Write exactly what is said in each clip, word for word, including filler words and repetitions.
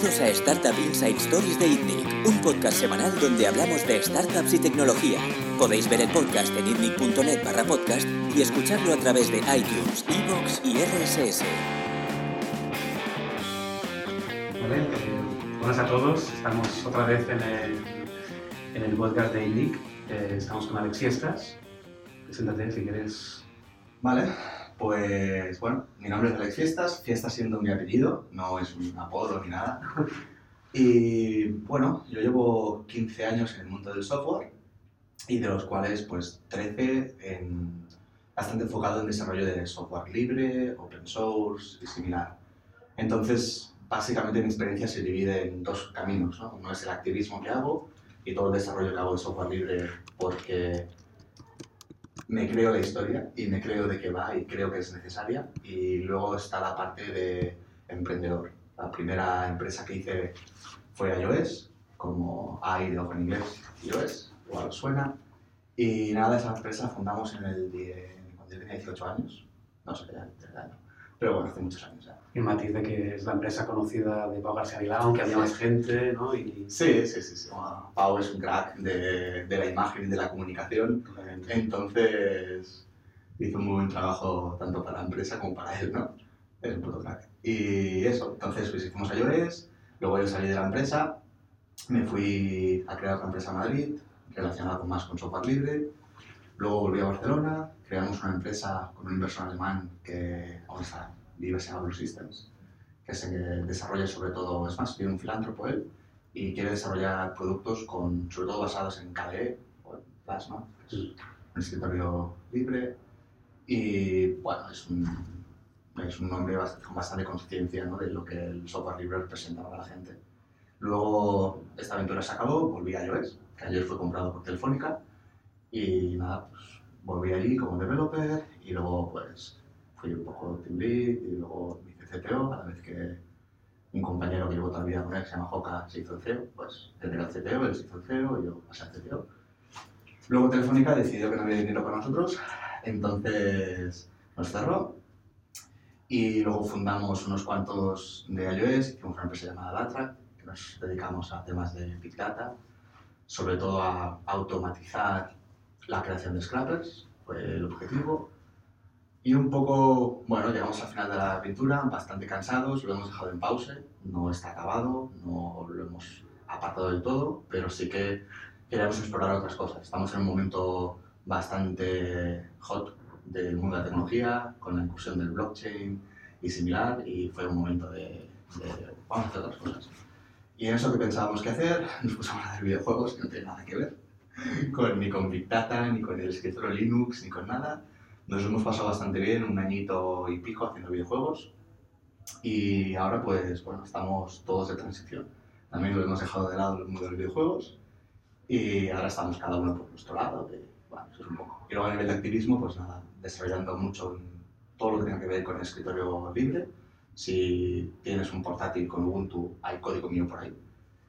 Bienvenidos a Startup Inside Stories de ITNIC, un podcast semanal donde hablamos de startups y tecnología. Podéis ver el podcast en itnic punto net barra podcast y escucharlo a través de iTunes, iVoox y R S S. Vale, eh, buenas a todos. Estamos otra vez en el, en el podcast de ITNIC. Eh, estamos con Alex Fiestas. Preséntate si quieres. Vale, pues bueno, mi nombre es Alex Fiestas, Fiestas siendo mi apellido, no es un apodo ni nada. Y bueno, yo llevo quince años en el mundo del software y de los cuales pues trece en, bastante enfocado en desarrollo de software libre, open source y similar. Entonces, básicamente mi experiencia se divide en dos caminos, ¿no? Uno es el activismo que hago y todo el desarrollo que hago de software libre porque me creo la historia y me creo de qué va y creo que es necesaria. Y luego está la parte de emprendedor. La primera empresa que hice fue iOS, como I de ojo en inglés, iOS, igual os suena. Y nada, esa empresa fundamos en el die... cuando yo tenía dieciocho años, no sé, ya, ya, ya, pero bueno, hace muchos años ya. Y matiz de que es la empresa conocida de Pau García Vilá, aunque había más gente, ¿no? Y... Sí, sí, sí. sí. Bueno, Pau es un crack de, de la imagen y de la comunicación. Totalmente. Entonces hizo un muy buen trabajo tanto para la empresa como para él, ¿no? Es un puto crack. Y eso, entonces pues hicimos iOS, luego yo salí de la empresa, me fui a crear otra empresa en Madrid, relacionada con más con software libre, luego volví a Barcelona, creamos una empresa con un inversor alemán que aún está vive, se llama Blue Systems, que se desarrolla sobre todo, es más, tiene un filántropo él, y quiere desarrollar productos con, sobre todo basados en K D E o en Plasma, que es un escritorio libre, y bueno, es un, es un nombre bastante, con bastante conciencia, ¿no?, de lo que el software libre representa para la gente. Luego esta aventura se acabó, volví a iOS, que ayer fue comprado por Telefónica, y nada, pues volví allí como developer, y luego pues fui un poco team lead, y luego me hice C T O, a la vez que un compañero que llevo toda la vida con él, que se llama Joka, se hizo el C E O, pues él era el C T O, él se hizo el C E O y yo pasé al C T O. Luego Telefónica decidió que no había dinero para nosotros, entonces nos cerró y luego fundamos unos cuantos de iOS, hicimos una empresa llamada Latra, que nos dedicamos a temas de Big Data, sobre todo a automatizar la creación de scrappers, fue el objetivo. Y un poco, bueno, llegamos al final de la aventura, bastante cansados, lo hemos dejado en pause, no está acabado, no lo hemos apartado del todo, pero sí que queríamos explorar otras cosas. Estamos en un momento bastante hot del mundo de la tecnología, con la incursión del blockchain y similar, y fue un momento de, de vamos a hacer otras cosas. Y en eso que pensábamos que hacer, nos pusimos a hacer videojuegos, que no tiene nada que ver, con, ni con Big Data, ni con el escritorio Linux, ni con nada. Nos hemos pasado bastante bien, un añito y pico haciendo videojuegos y ahora pues bueno, estamos todos de transición. También lo hemos dejado de lado el mundo de los videojuegos y ahora estamos cada uno por nuestro lado, que bueno, eso es un poco. Y luego a nivel de activismo, pues nada, desarrollando mucho en todo lo que tenga que ver con el escritorio libre. Si tienes un portátil con Ubuntu, hay código mío por ahí.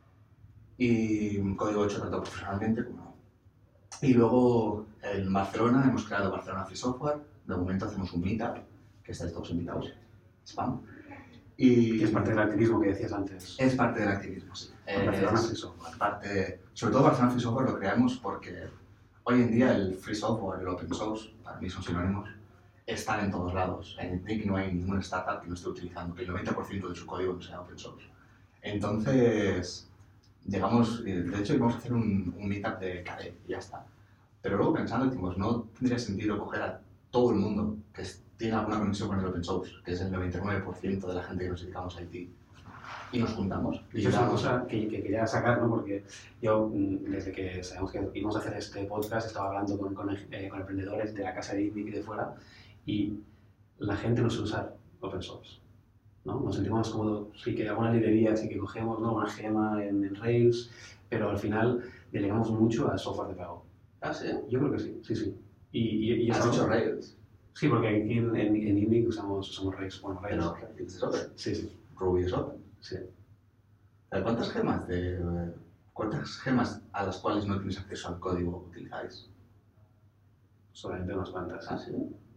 Y un código hecho tanto profesionalmente como no. Y luego en Barcelona hemos creado Barcelona Free Software. De momento hacemos un meetup, que estáis todos invitados, spam. Y Que es parte del activismo que decías antes. Es parte del activismo, sí. Barcelona es Free Software. Parte, sobre todo Barcelona Free Software lo creamos porque hoy en día el free software, el open source, para mí son sinónimos, están en todos lados. En ITNIC no hay ninguna startup que no esté utilizando, que el noventa por ciento de su código no sea open source. Entonces, llegamos, de hecho íbamos a hacer un, un meetup de K D E y ya está. Pero luego pensando, decimos, no tendría sentido coger a todo el mundo que es, tiene alguna conexión con el open source, que es el noventa y nueve por ciento de la gente que nos dedicamos a I T, y nos juntamos. Y eso es una cosa que, que quería sacar, ¿no? Porque yo, desde que sabemos que íbamos a hacer este podcast, estaba hablando con, con, eh, con emprendedores de la casa de ITNIC y de fuera, y la gente no suele usar open source, ¿no? Nos sentimos más cómodos, sí que alguna librería sí que cogemos, ¿no?, una gema en, en Rails, pero al final delegamos mucho a software de pago. ¿Ah, sí? Yo creo que sí, sí, sí. Y, y, y ¿Has hecho Rails? Sí, porque aquí en, en, en ITNIC usamos, usamos Rails. Bueno, Rails. Pero Rails es open. Sí, sí. Ruby es open. Sí. ¿Cuántas gemas, de, ¿Cuántas gemas a las cuales no tienes acceso al código utilizáis? Solamente unas cuantas. ¿Ah, sí?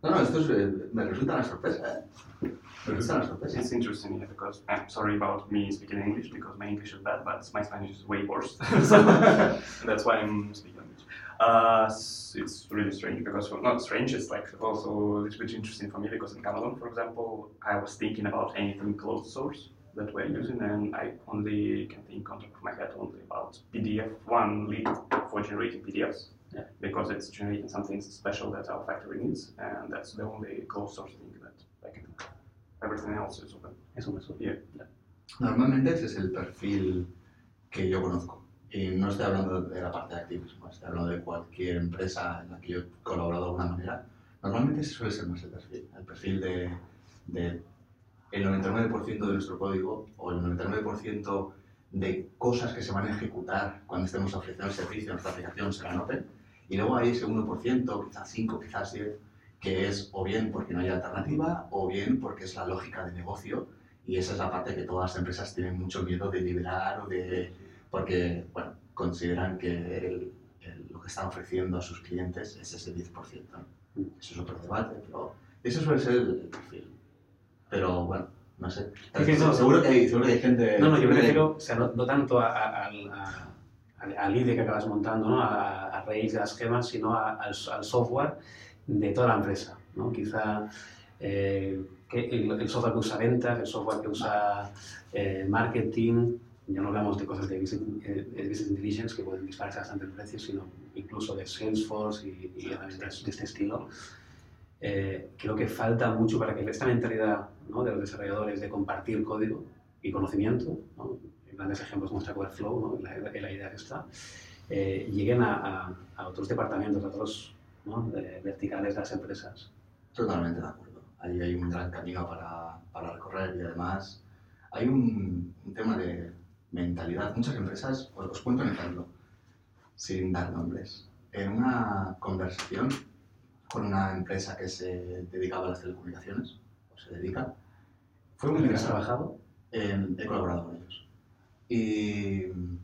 No, no, esto es, eh, me resulta una sorpresa, ¿eh? Me resulta una sorpresa. It's interesting, yeah, because I'm sorry about me speaking English, because my English is bad, but my Spanish is way worse. So that's why I'm speaking English. Uh, it's really strange, because, well, not strange, it's like also a little bit interesting for me, because in Camelon, for example, I was thinking about anything closed source that we're using, and I only can think on top of my head only about P D F one lib for generating P D Fs. Yeah. Because it's generating something special that our factory needs, and that's the only closed source thing that I can think of. Everything else is open. Es open source. Yeah. Yeah. Normalmente ese es el perfil que yo conozco. Y no estoy hablando de la parte de activismo, estoy hablando de cualquier empresa en la que yo he colaborado de alguna manera. Normalmente ese suele ser más el perfil. El perfil de, de el noventa y nueve por ciento de nuestro código o el noventa y nueve por ciento de cosas que se van a ejecutar cuando estemos ofreciendo el servicio, nuestra aplicación será open. Y luego hay ese uno por ciento, quizás cinco, quizás diez, que es o bien porque no hay alternativa o bien porque es la lógica de negocio, y esa es la parte que todas las empresas tienen mucho miedo de liberar o de... porque, bueno, consideran que el, el, lo que están ofreciendo a sus clientes es ese diez por ciento, ¿no? Eso es otro debate, pero ese suele ser el perfil. Pero, bueno, no sé. Es que no, seguro, que hay, seguro que hay gente... No, no, yo me refiero, o sea, no, no tanto a, a, a, al I D E que acabas montando, ¿no? a, a raíz de las gemas, sino a, al, al software de toda la empresa, ¿no? Quizá eh, que el, el software que usa ventas, el software que usa eh, marketing, ya no hablamos de cosas de business, eh, de business intelligence que pueden dispararse bastante el precio, sino incluso de Salesforce y, y herramientas de este estilo. Eh, creo que falta mucho para que esta mentalidad, ¿no? de los desarrolladores de compartir código y conocimiento, ¿no? Grandes ejemplos muestra Webflow, ¿no? la, la idea que está, eh, lleguen a, a, a otros departamentos, a otros, ¿no? de, verticales de las empresas. Totalmente de acuerdo. Ahí hay un gran camino para, para recorrer, y además hay un, un tema de mentalidad. Muchas empresas, os, os cuento un ejemplo, sin dar nombres. En una conversación con una empresa que se dedicaba a las telecomunicaciones, o se dedica, fue muy ¿En qué has interesante. trabajado? Eh, he colaborado con ellos. Y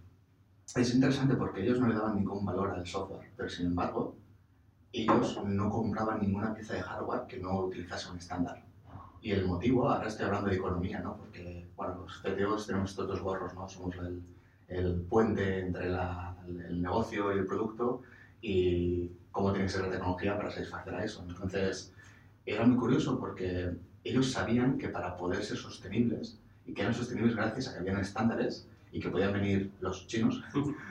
es interesante porque ellos no le daban ningún valor al software, pero sin embargo, ellos no compraban ninguna pieza de hardware que no utilizase un estándar. Y el motivo, ahora estoy hablando de economía, ¿no? Porque, bueno, los C T Os tenemos estos dos gorros, ¿no? Somos el, el puente entre la, el, el negocio y el producto, y cómo tiene que ser la tecnología para satisfacer a eso. Entonces, era muy curioso porque ellos sabían que para poder ser sostenibles, y que eran sostenibles gracias a que habían estándares y que podían venir los chinos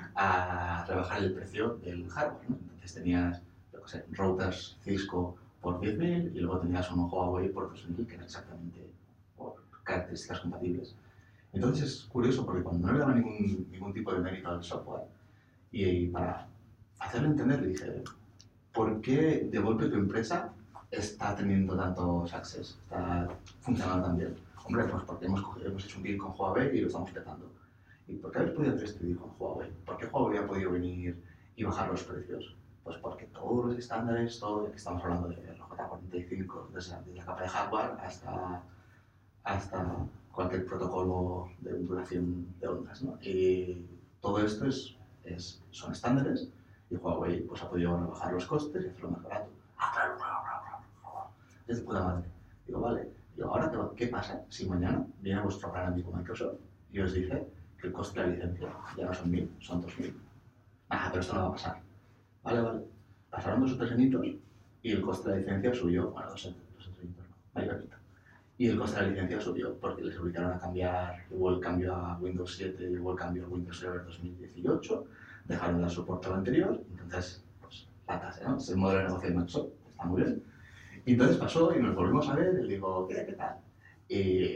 a rebajar el precio del hardware, ¿no? Entonces tenías, yo qué sé, routers Cisco por diez mil y luego tenías un Huawei por dos mil, que eran exactamente por características compatibles. Entonces es curioso porque cuando no le daba ningún, ningún tipo de mérito al software, y, y para hacerle entender le dije, ¿por qué de golpe tu empresa está teniendo tanto success, está funcionando tan bien? Hombre, pues porque hemos, hemos hecho un deal con Huawei y lo estamos petando. ¿Y por qué habéis podido hacer este deal con Huawei? ¿Por qué Huawei ha podido venir y bajar los precios? Pues porque todos los estándares, todo, que estamos hablando de la J cuarenta y cinco, desde la, desde la capa de hardware hasta, hasta cualquier protocolo de duración de ondas, ¿no? Y todo esto es, es, son estándares, y Huawei pues, ha podido rebajar los costes y hacerlo más barato. Ah, claro, claro, claro, claro, claro. Es de puta madre. Digo, vale. Digo, ahora, ¿qué, ¿qué pasa si mañana viene vuestro gran amigo Microsoft y os dice que el coste de la licencia ya no son mil, son dos mil? Ah, pero esto no va a pasar. Vale, vale. Pasaron dos o tres añitos y el coste de la licencia subió, bueno, dos o tres añitos, no, ahí repito. Y el coste de la licencia subió porque les obligaron a cambiar, hubo el cambio a Windows siete y hubo el cambio a Windows Server dos mil dieciocho, dejaron de dar soporte a lo anterior, entonces, pues, patas, ¿no? Es el modelo de negocio de Microsoft, está muy bien. Y entonces pasó y nos volvimos a ver y le digo, ¿qué, qué tal? Y,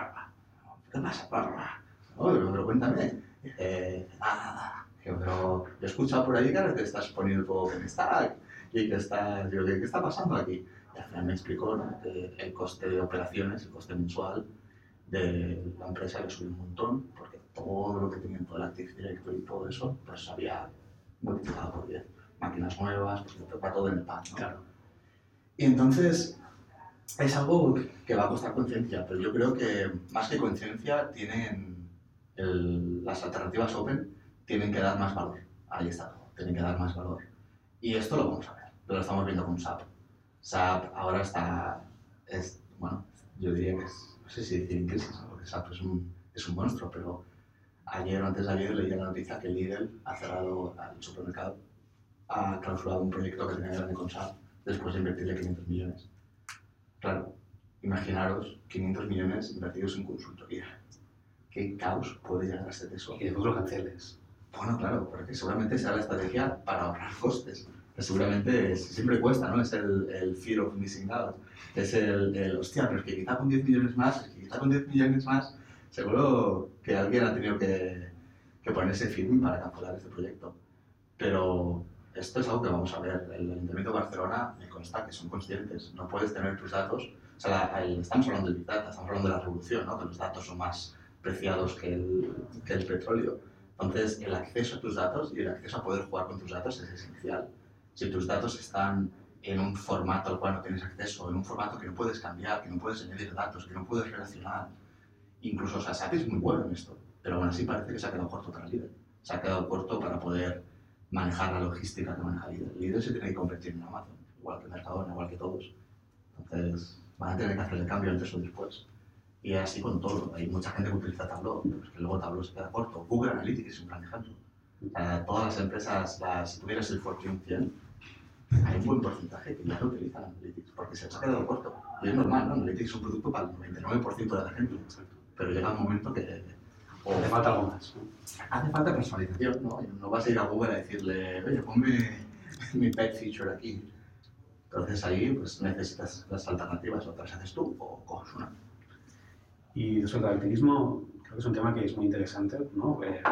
¿qué pasa? No, pero cuéntame. Y dice, nada, pero yo he escuchado por ahí que ahora te estás poniendo todo en stack y que estás, digo, ¿qué, ¿qué está pasando aquí? Y al final me explicó, ¿no? Que el coste de operaciones, el coste mensual de la empresa le subió un montón porque todo lo que tenía en todo el Active Directory y todo eso, pues se había multiplicado por diez. Máquinas nuevas, pues te toca todo en el pack, ¿no? Claro. Y entonces es algo que va a costar conciencia, pero yo creo que más que conciencia tienen el, las alternativas open tienen que dar más valor. Ahí está, tienen que dar más valor. Y esto lo vamos a ver, lo estamos viendo con S A P. S A P ahora está, es, bueno, yo diría que es, no sé si decir en crisis, ¿no? Porque S A P es un, es un monstruo, pero ayer o antes de ayer leí la noticia que Lidl ha cerrado el supermercado, ha clausurado un proyecto que tenía grande con S A P después de invertirle quinientos millones. Claro, imaginaros quinientos millones invertidos en consultoría. ¿Qué caos puede llegar a ser eso? Y después lo canceles. Bueno, claro, porque seguramente será la estrategia para ahorrar costes. Que seguramente es, siempre cuesta, ¿no? Es el, el fear of missing out. Es el, el, hostia, pero es que quizá con diez millones más, es que quizá con diez millones más, seguro que alguien ha tenido que, que ponerse firme para cancelar este proyecto. Pero esto es algo que vamos a ver. El Ayuntamiento de Barcelona me consta que son conscientes. No puedes tener tus datos. O sea, la, el, estamos hablando del Big Data, estamos hablando de la revolución, ¿no? Que los datos son más preciados que el, que el petróleo. Entonces, el acceso a tus datos y el acceso a poder jugar con tus datos es esencial. Si tus datos están en un formato al cual no tienes acceso, en un formato que no puedes cambiar, que no puedes añadir datos, que no puedes relacionar, incluso, o sea, S A P es muy bueno en esto, pero aún así parece que se ha quedado corto para Lidl. Se ha quedado corto para poder manejar la logística que maneja Lidl. Lidl se tiene que convertir en Amazon, igual que Mercadona, igual que todos. Entonces, van a tener que hacer el cambio antes o después. Y así con todo. Hay mucha gente que utiliza Tableau, pero es que luego Tableau se queda corto. Google Analytics es un gran ejemplo. O sea, todas las empresas, las, si tuvieras el Fortune cien, hay un buen porcentaje que ya no utilizan Analytics, porque se les ha quedado corto. Y es normal, ¿no? Analytics es un producto para el noventa y nueve por ciento de la gente. Pero llega un momento que... O hace falta algo más, ¿no? Hace falta personalización, ¿no? No vas a ir a Google a decirle, oye, ponme mi pet feature aquí. Entonces ahí pues necesitas las alternativas, otras haces tú o coges una. Y respecto al activismo, creo que es un tema que es muy interesante, ¿no? Eh,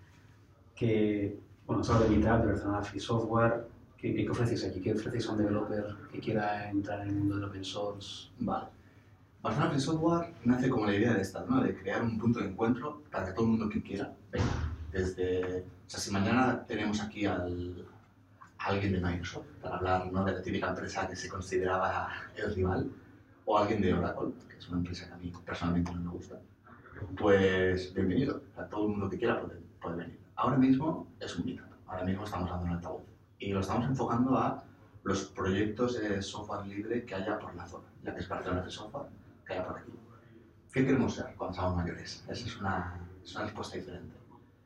que, bueno, solo de mitad de Barcelona Free Software, ¿qué, ¿qué ofrecéis aquí? ¿Qué ofrecéis a un developer que quiera entrar en el mundo del open source? Vale. Barcelona Free Software nace como la idea de esta, ¿no? De crear un punto de encuentro para que todo el mundo que quiera venga. Desde, o sea, si mañana tenemos aquí al, a alguien de Microsoft para hablar, ¿no? De la típica empresa que se consideraba el rival, o alguien de Oracle, que es una empresa que a mí personalmente no me gusta, pues bienvenido. O sea, todo el mundo que quiera puede, puede venir. Ahora mismo es un meetup, ahora mismo estamos dando un altavoz y lo estamos enfocando a los proyectos de software libre que haya por la zona, ya que es Barcelona Free Software, que haya por aquí. ¿Qué queremos ser cuando seamos mayores? Esa es una, es una respuesta diferente.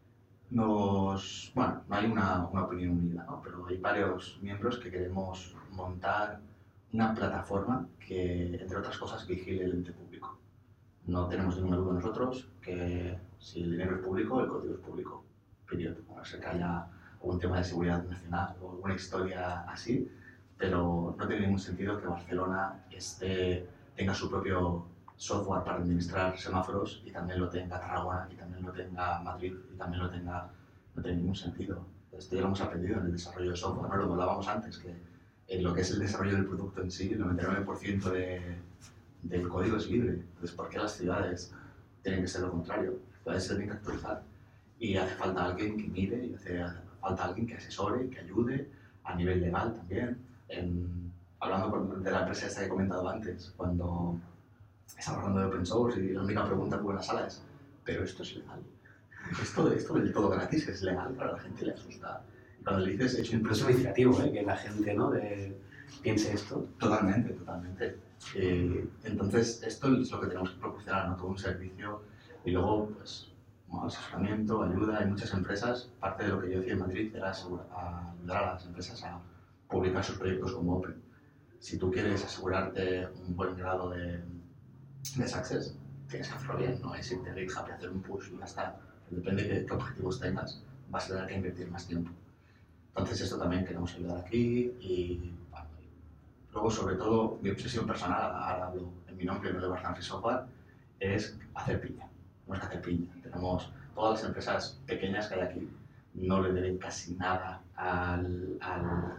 Nos, bueno, no hay una, una opinión unida, ¿no? Pero hay varios miembros que queremos montar una plataforma que, entre otras cosas, vigile el ente público. No tenemos ninguna duda nosotros que si el dinero es público, el código es público. Period. A no ser que haya algún tema de seguridad nacional o alguna historia así, pero no tiene ningún sentido que Barcelona esté, tenga su propio software para administrar semáforos y también lo tenga Tarragona y también lo tenga Madrid y también lo tenga... No tiene ningún sentido. Esto ya lo hemos aprendido en el desarrollo de software, ¿no? Lo hablábamos antes, que en lo que es el desarrollo del producto en sí, el noventa y nueve por ciento de, del código es libre. Entonces, ¿por qué las ciudades tienen que ser lo contrario? Las ciudades se tienen que actualizar y hace falta alguien que mire y hace falta alguien que asesore, que ayude a nivel legal también. En, hablando con, de la empresa esta que he comentado antes, cuando estamos hablando de open source y la única pregunta que hubo en la sala es ¿pero esto es legal? Esto, esto del todo gratis es legal, para la gente le asusta. Cuando le dices hecho un proceso iniciativo, ¿eh? Que la gente, ¿no? De, piense esto. Totalmente, totalmente. Eh, entonces, esto es lo que tenemos que proporcionar, ¿no? Todo un servicio y luego, pues, bueno, asesoramiento, ayuda. Hay muchas empresas, parte de lo que yo decía en Madrid era asegurar, a ayudar a las empresas a publicar sus proyectos como Open. Si tú quieres asegurarte un buen grado de, de success, tienes que hacerlo bien, no es irte a GitHub y hacer un push y ya está. Depende de qué objetivos tengas, vas a tener que invertir más tiempo. Entonces esto también queremos ayudar aquí y bueno, luego sobre todo mi obsesión personal, ahora hablo en mi nombre, no de Barcelona Free Software, es hacer piña. Tenemos que hacer piña. Tenemos todas las empresas pequeñas que hay aquí, no le deben casi nada al, al,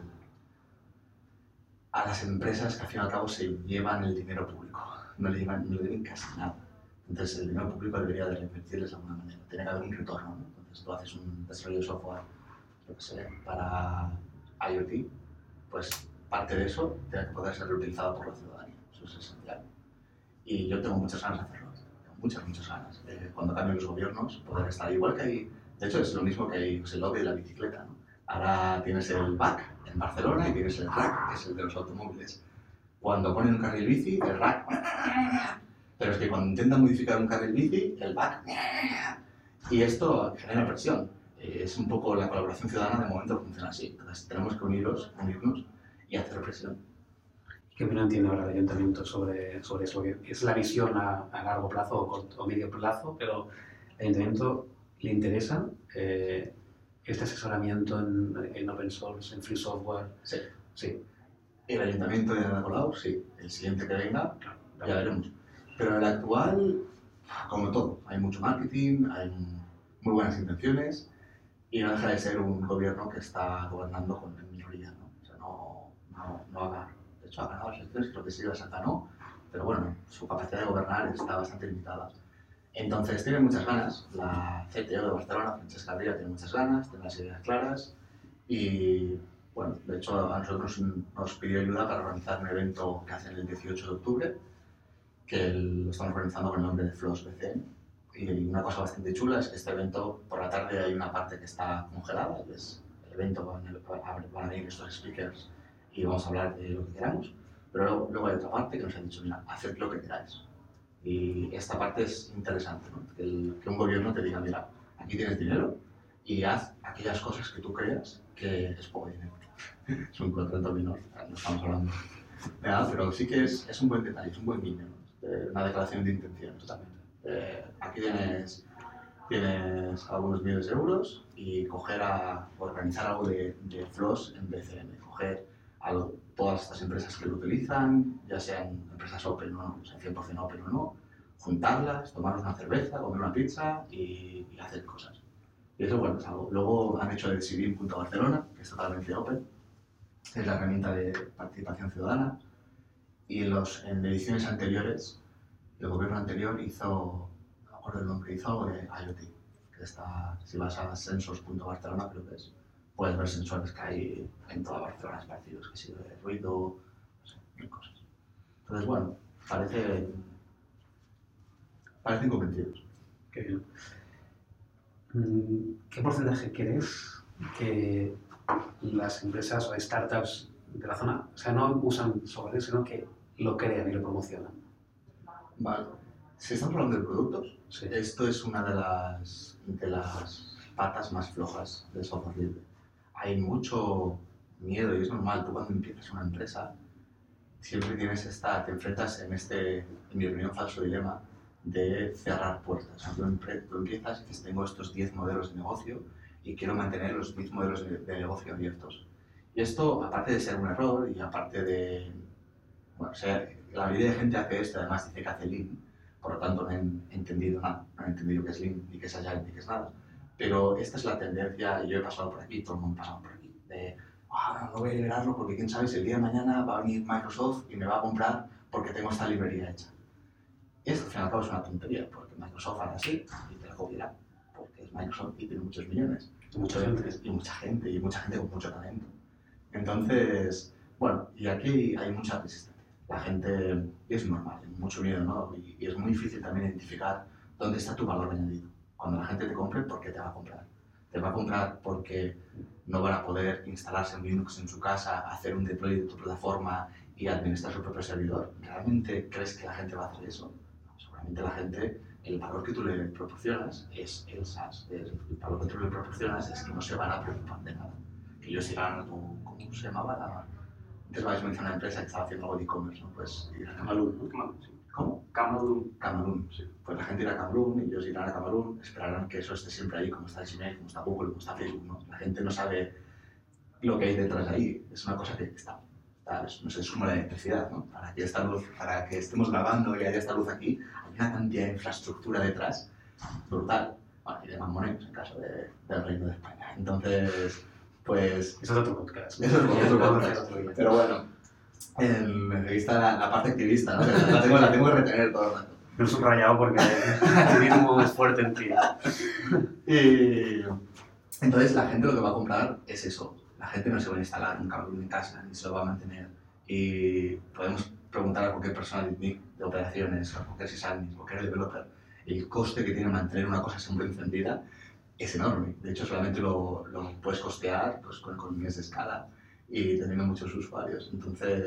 a las empresas que al fin y al cabo se llevan el dinero público, no le, llevan, no le deben casi nada. Entonces el dinero público debería de reinvertirles de alguna manera, tiene que haber un retorno, ¿no? Entonces tú haces un desarrollo de software, yo qué sé, para IoT, pues parte de eso tiene que poder ser reutilizado por la ciudadanía, eso es esencial. Y yo tengo muchas ganas de hacerlo, tengo muchas, muchas ganas. Eh, cuando cambien los gobiernos, poder estar igual que hay, de hecho es lo mismo que hay pues, el lobby de la bicicleta, ¿no? Ahora tienes el B A C en Barcelona y tienes el R A C, que es el de los automóviles. Cuando ponen un carril bici, el rack... Pero es que cuando intentan modificar un carril bici, el back... Y esto genera presión. Es un poco la colaboración ciudadana, de momento funciona así. Entonces tenemos que uniros, unirnos y hacer presión. ¿Qué opinión tiene ahora el ayuntamiento sobre, sobre eso? Es la visión a, a largo plazo o, corto, o medio plazo, pero al ayuntamiento le interesa eh, este asesoramiento en, en open source, en free software. Sí. Sí. El ayuntamiento de Ada Colau, sí. El siguiente que venga, Claro, ya veremos. Pero el actual, como todo, hay mucho marketing, hay muy buenas intenciones y no deja de ser un gobierno que está gobernando con minoría, ¿no? O sea, no, no, no ha ganado. De hecho, ha ganado las elecciones, creo que sí las ganó, pero bueno, su capacidad de gobernar está bastante limitada. Entonces, tiene muchas ganas. La C T O de Barcelona, Francesca Ría, tiene muchas ganas, tiene las ideas claras y, bueno, de hecho, a nosotros nos pidió ayuda para organizar un evento que hacen el dieciocho de octubre, que lo estamos organizando con el nombre de Floss B C. Y una cosa bastante chula es que este evento, por la tarde hay una parte que está congelada, que es el evento, van a, van a venir estos speakers y vamos a hablar de lo que queramos, pero luego, luego hay otra parte que nos han dicho, mira, haced lo que queráis. Y esta parte es interesante, ¿no? Que, el, que un gobierno te diga, mira, aquí tienes dinero y haz aquellas cosas que tú creas que es poco dinero. Es un contrato menor, no estamos hablando de nada, pero sí que es, es un buen detalle, es un buen guiño, ¿no? Eh, una declaración de intención, totalmente. Eh, aquí tienes, tienes algunos miles de euros y coger a organizar algo de, de Floss en B C M, coger a lo, todas estas empresas que lo utilizan, ya sean empresas open o no, o sea, cien por cien open o no, juntarlas, tomarnos una cerveza, comer una pizza y, y hacer cosas. Y eso, bueno, es algo. Luego han hecho el Civil punto Barcelona, que es totalmente open, es la herramienta de participación ciudadana, y en, los, en ediciones anteriores el gobierno anterior hizo, no me acuerdo el nombre, hizo algo de IoT, que está, si vas a sensors punto barcelona creo que es, puedes ver sensores que hay en toda Barcelona parecidos, que sirve de ruido, no sé, mil cosas. Entonces, bueno, parece, parecen convencidos. Qué bien. ¿Qué porcentaje crees que las empresas o startups de la zona, o sea, no usan software, sino que lo crean y lo promocionan? Vale. Si estamos hablando de productos, Sí. esto es una de las, de las patas más flojas del software libre. Hay mucho miedo y es normal. Tú cuando empiezas una empresa siempre tienes esta, te enfrentas en este, en mi opinión, falso dilema de cerrar puertas. O sea, tú, empre- tú empiezas y dices, tengo estos diez modelos de negocio y quiero mantener los diez modelos de, de negocio abiertos. Y esto, aparte de ser un error y aparte de... Bueno, o sea, la mayoría de gente hace esto, además dice que hace Lean, por lo tanto no han entendido nada, no han entendido qué es Lean, ni qué es Agile, ni qué es nada. Pero esta es la tendencia, y yo he pasado por aquí, todo el mundo ha pasado por aquí, de ah, no voy a liberarlo porque quién sabe si el día de mañana va a venir Microsoft y me va a comprar porque tengo esta librería hecha. Y esto al fin y al cabo es una tontería, porque Microsoft hará así y te la copiará, porque es Microsoft y tiene muchos millones. Y mucha gente. Y mucha gente, y mucha gente con mucho talento. Entonces, bueno, y aquí hay mucha resistencia. La gente, y es normal, hay mucho miedo, ¿no? Y, y es muy difícil también identificar dónde está tu valor añadido. Cuando la gente te compre, ¿por qué te va a comprar? Te va a comprar porque no van a poder instalarse en Linux en su casa, hacer un deploy de tu plataforma y administrar su propio servidor. ¿Realmente crees que la gente va a hacer eso? No, seguramente la gente, el valor que tú le proporcionas es el SaaS. El valor que tú le proporcionas es que no se van a preocupar de nada. Que ellos irán a tu, ¿cómo se llamaba? La, antes me habéis mencionado una empresa que estaba haciendo algo de e-commerce, ¿no? Pues irán a Camalún, ¿no? Camalún, sí. ¿Cómo? Camalún. Camalún, sí. Pues la gente irá a Camalún, ellos irán a Camalún, esperarán que eso esté siempre ahí, como está el Gmail, como está Google, como está Facebook, ¿no? La gente no sabe lo que hay detrás de ahí, es una cosa que está, está no sé, es como la electricidad, ¿no? Para que esta luz, para que estemos grabando y haya esta luz aquí, hay una cantidad de infraestructura detrás brutal. Bueno, y de mamoneos en caso de, del Reino de España. Entonces, pues... Eso es otro podcast. Eso es otro podcast. Otro día. Pero bueno, en, aquí está la, la parte activista, ¿no? La tengo, la tengo que retener todo el rato. Lo he subrayado porque el activismo es fuerte en ti. Y entonces la gente lo que va a comprar es eso. La gente no se va a instalar un Camalún en casa ni se lo va a mantener. Y podemos preguntar a cualquier persona de I T N I C, de operaciones, a cualquier sysadmin, cualquier developer, el coste que tiene mantener una cosa siempre encendida es enorme. De hecho, solamente lo, lo puedes costear pues, con economías de escala y teniendo muchos usuarios. Entonces,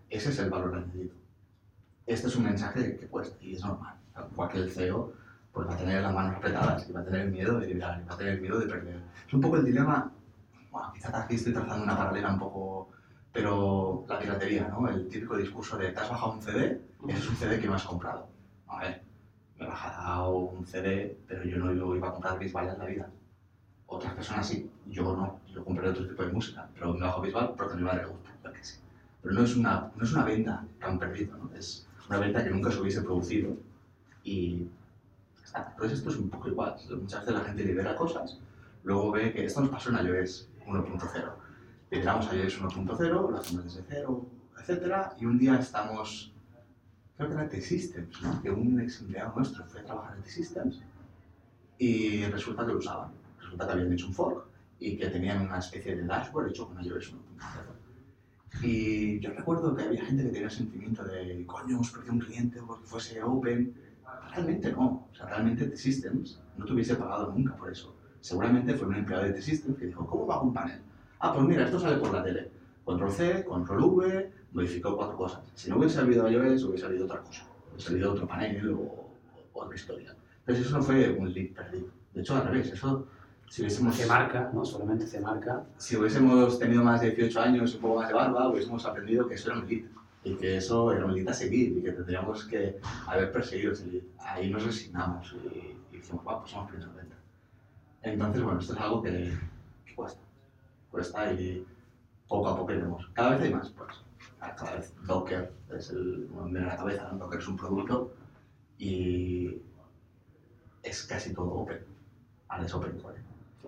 Ese es el valor añadido. Este es un mensaje que cuesta y es normal. Cualquier C E O pues, va a tener las manos apretadas y va a tener miedo de liberar, y va a tener miedo de perder. Es un poco el dilema, bueno, quizás aquí estoy trazando una paralela un poco, pero la piratería, ¿no? El típico discurso de, ¿te has bajado un C D? Ese es un C D que no has comprado. A ver, me he bajado un C D, pero yo no iba a comprar Bisbal en la vida. Otras personas sí, yo no, yo compré otro tipo de música, pero me bajo Bisbal porque a mi madre le gusta, yo qué sé. Pero no es una, no es una venta que han perdido, ¿no? Es una venta que nunca se hubiese producido y está. Entonces esto es un poco igual, muchas veces la gente libera cosas, luego ve que esto nos pasó en iOS uno punto cero. Liberamos iOS uno punto cero, lo hacemos desde cero, etcétera, y un día estamos, creo que era T-Systems, ¿no? Que un ex empleado nuestro fue a trabajar en T-Systems y resulta que lo usaban. Resulta que habían hecho un fork y que tenían una especie de dashboard hecho con iOS uno punto cero. Y yo recuerdo que había gente que tenía el sentimiento de coño, hemos perdido un cliente porque fuese open. Realmente no, o sea, realmente T-Systems no te hubiese pagado nunca por eso. Seguramente fue un empleado de T-Systems que dijo, ¿cómo bajo un panel? Ah, pues mira, esto sale por la tele. Control C, Control V, modificó cuatro cosas. Si no hubiese habido iOS, hubiese habido otra cosa. Hubiese habido otro panel o, o otra historia. Entonces eso no fue un lead perdido. De hecho, al revés, eso... Si hubiésemos... C marca, ¿no? Solamente C marca. Si hubiésemos tenido más de dieciocho años y un poco más de barba, hubiésemos aprendido que eso era un lead. Y que eso era un lead a seguir y que tendríamos que haber perseguido ese lead. Ahí nos resignamos y, y dijimos, va, pues somos primeros venta. Entonces, bueno, esto es algo que, que cuesta. Cuesta y poco a poco iremos. Cada vez hay más, pues. Cada vez Docker es el... Bueno, me viene a la cabeza, ¿no? Docker es un producto y es casi todo open. Ahora es open core.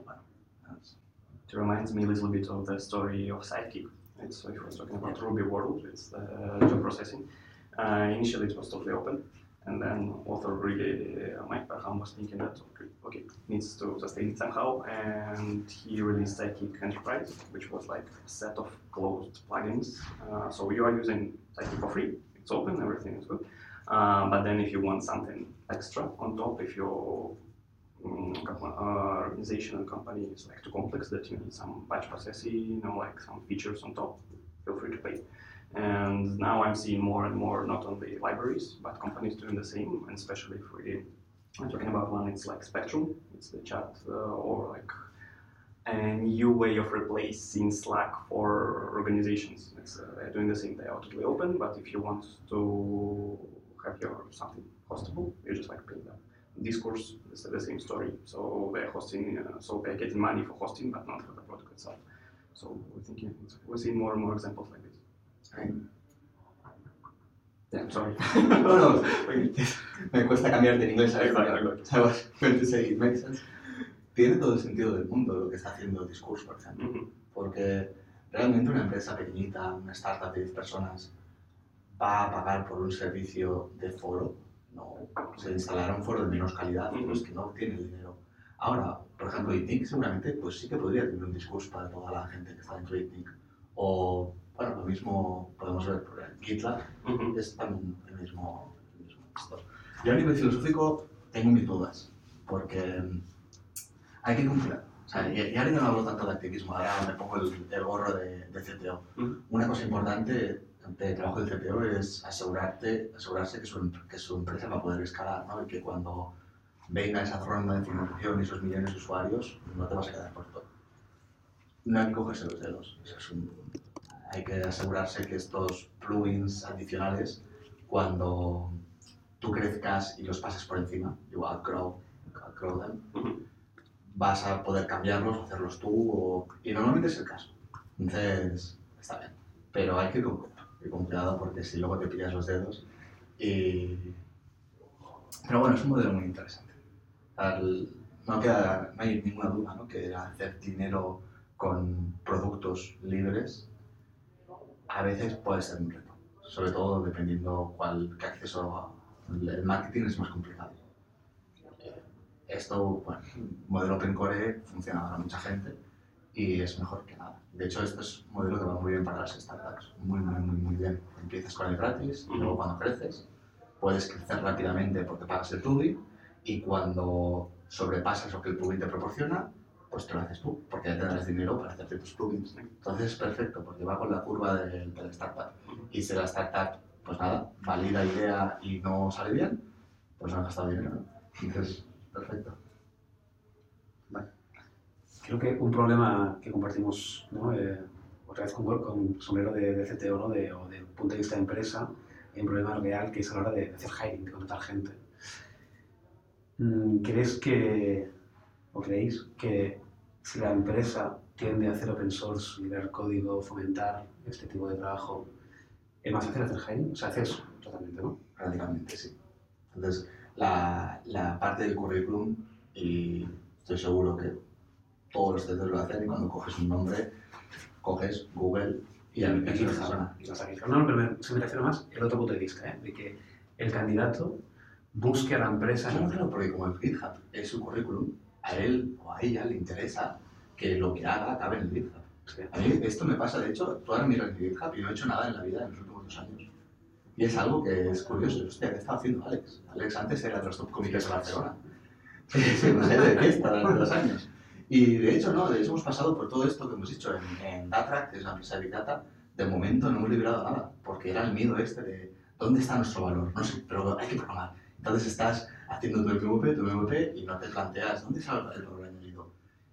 It reminds me a little bit of the story of Sidekick. It's, if we're talking about Ruby World, it's the job processing. Uh, initially it was totally open, and then author really, uh, Mike Parham was thinking that, okay, okay, needs to sustain it somehow, and he released Sidekick Enterprise, which was like a set of closed plugins. Uh, so you are using Sidekick for free, it's open, everything is good. Uh, but then if you want something extra on top, if you Uh, organization and company is like too complex that you need some batch processing, you know, like some features on top, feel free to pay. And now I'm seeing more and more, not only libraries, but companies doing the same, and especially if we, I'm talking about one, it's like Spectrum, it's the chat, uh, or like a new way of replacing Slack for organizations. It's uh, doing the same, they are totally open, but if you want to have your something hostable, you just like pay them. Discourse is the same story. So they're hosting, uh, so they're getting money for hosting, but not for the product itself. So we're thinking, we're seeing more and more examples like this. Right. Yeah, sorry. no, no, me cuesta cambiar de inglés a español. I was going to say it makes sense. Tiene todo el sentido del mundo lo que está haciendo Discourse, por ejemplo. Uh-huh. Porque realmente una empresa pequeñita, una startup de diez personas, va a pagar por un servicio de foro. No, se instalará un foro de menos calidad, uh-huh. Pues que no tiene dinero. Ahora, por ejemplo, ITNIC seguramente pues sí que podría tener un discurso para toda la gente que está dentro de ITNIC. O, bueno, lo mismo podemos ver por el GitLab, uh-huh. Es también el mismo, el mismo esto. Yo a nivel filosófico tengo mis dudas, porque hay que cumplir. O sea, y, y ahora yo no hablo tanto de activismo, ahora me pongo el, el gorro de, de C T O. Uh-huh. Una cosa importante de trabajo del C T O es asegurarte, asegurarse que su, que su empresa va a poder escalar, ¿no? Y que cuando venga esa ronda de financiación y esos millones de usuarios, no te vas a quedar corto. No hay que cogerse los dedos. Eso es un, hay que asegurarse que estos plugins adicionales, cuando tú crezcas y los pases por encima, you outgrow, outgrow them, uh-huh. Vas a poder cambiarlos, hacerlos tú, o, y normalmente es el caso. Entonces, está bien. Pero hay que ir con, con cuidado porque si luego te pillas los dedos. Y... Pero bueno, es un modelo muy interesante. Al, no, queda, no hay ninguna duda, ¿no? Que hacer dinero con productos libres a veces puede ser un reto. Sobre todo dependiendo cuál, qué acceso a, el marketing es más complicado. Esto, bueno, el modelo Open Core funciona para mucha gente y es mejor que nada. De hecho, este es un modelo que va muy bien para las startups, muy, muy, muy, muy bien. Empiezas con el gratis y luego cuando creces puedes crecer rápidamente porque pagas el plugin y cuando sobrepasas lo que el plugin te proporciona, pues te lo haces tú, porque ya tendrás dinero para hacerte tus plugins. Entonces es perfecto, porque va con la curva del, del startup. Y si la startup, pues nada, valida idea y no sale bien, pues no has gastado dinero, ¿no? Entonces, perfecto. Vale. Creo que un problema que compartimos, ¿no? eh, otra vez con, con sombrero de, de C T O, ¿no? de, o del punto de vista de empresa, hay un problema real que es a la hora de hacer hiring, de contratar gente. ¿Crees que, o creéis que si la empresa tiende a hacer open source, liberar código, fomentar este tipo de trabajo, es más fácil hacer hiring? O sea, hace eso totalmente, ¿no? Prácticamente, sí. Entonces, la, la parte del currículum, y estoy seguro que todos los C T Os lo hacen, y cuando coges un nombre, coges Google y a mí Y me no, no, pero me, se me refiero más el otro punto de vista, ¿eh? De que el candidato busque a la empresa. Claro, claro, porque como el GitHub es su currículum, a él o a ella le interesa que lo que haga acabe en el GitHub. Sí. A mí esto me pasa, de hecho, tú ahora miras mi GitHub y no he hecho nada en la vida en los últimos dos años. Y es algo que es curioso. Hostia, ¿qué estaba haciendo Alex? Alex antes era de los top comités de Barcelona. Sí, sí, no sé, de fiesta durante dos años. Y de hecho, no, de hecho hemos pasado por todo esto que hemos dicho en, en Datrack, que es la empresa de Big Data. De momento no hemos liberado nada, porque era el miedo este de ¿dónde está nuestro valor? No sé, pero hay que programar. Entonces estás haciendo tu M V P, tu M V P y no te planteas ¿dónde está el valor añadido?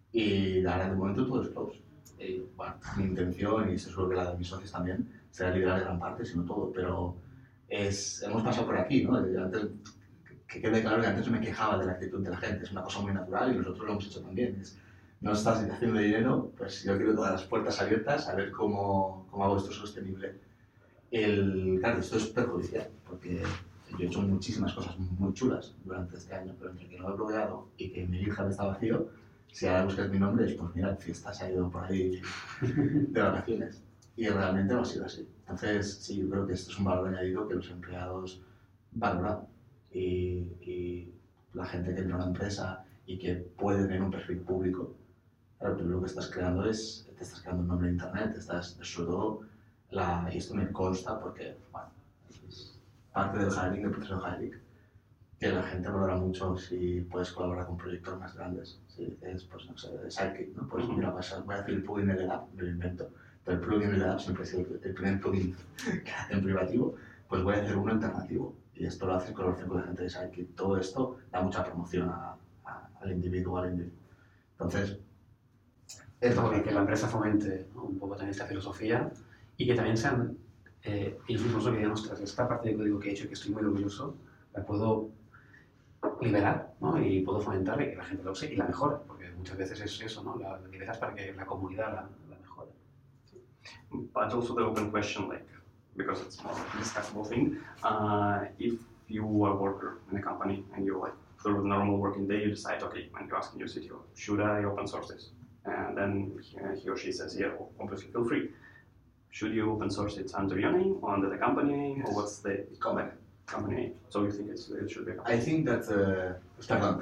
Y ahora de momento todo es close. Y, bueno, mi intención, y seguro que la de mis socios también, será liderar gran parte, si no todo, pero es, hemos pasado por aquí, ¿no? Antes, que quede claro que antes me quejaba de la actitud de la gente, es una cosa muy natural y nosotros lo hemos hecho también. Es, no estás haciendo dinero, pues yo quiero todas las puertas abiertas a ver cómo, cómo hago esto sostenible. El, claro, esto es perjudicial, porque yo he hecho muchísimas cosas muy chulas durante este año, pero entre que no he blogueado y que mi GitHub está vacío, si ahora buscas mi nombre, es pues mira, el fiesta se ha ido por ahí de vacaciones. Y realmente no ha sido así. Entonces, sí, yo creo que esto es un valor añadido que los empleados valoran. Y, y la gente que entra a una empresa y que puede tener un perfil público, claro, tú lo que estás creando es, te estás creando un nombre en internet, estás, sobre todo, la, y esto me consta porque, bueno, es parte del hiring, del proceso de hiring, que la gente valora mucho si puedes colaborar con proyectos más grandes. Si dices, pues no sé, de Sidekick, ¿no? Pues mira, vas a, voy a hacer el plugin de LDAP, me lo invento, pero el plugin de LDAP siempre es el, el primer plugin que hace en privativo, pues voy a hacer uno alternativo. Y esto lo haces con los cinco de gente de Sidekick. Todo esto da mucha promoción a, a, al individuo, al individuo. Entonces, es porque que la empresa fomente, ¿no? Un poco también esta filosofía y que también sean eh, ellos mismos lo que digan, ostras, esta parte de código que he hecho y que estoy muy orgulloso, la puedo liberar, ¿no? Y puedo fomentar y que la gente lo use y la mejore, porque muchas veces es eso, ¿no? La liberas para que la comunidad la, la mejore. But also the open question, like, because it's more like a discussable thing, uh, if you are a worker in a company and you like through a normal working day, you decide, okay, when you ask your C T O, should I open source this? And then he, he or she says, yeah, well, obviously feel free. Should you open source it under your name or under the company name, yes. Or what's the company company name? So you think it's, it should be a company? I think that, uh, perdón.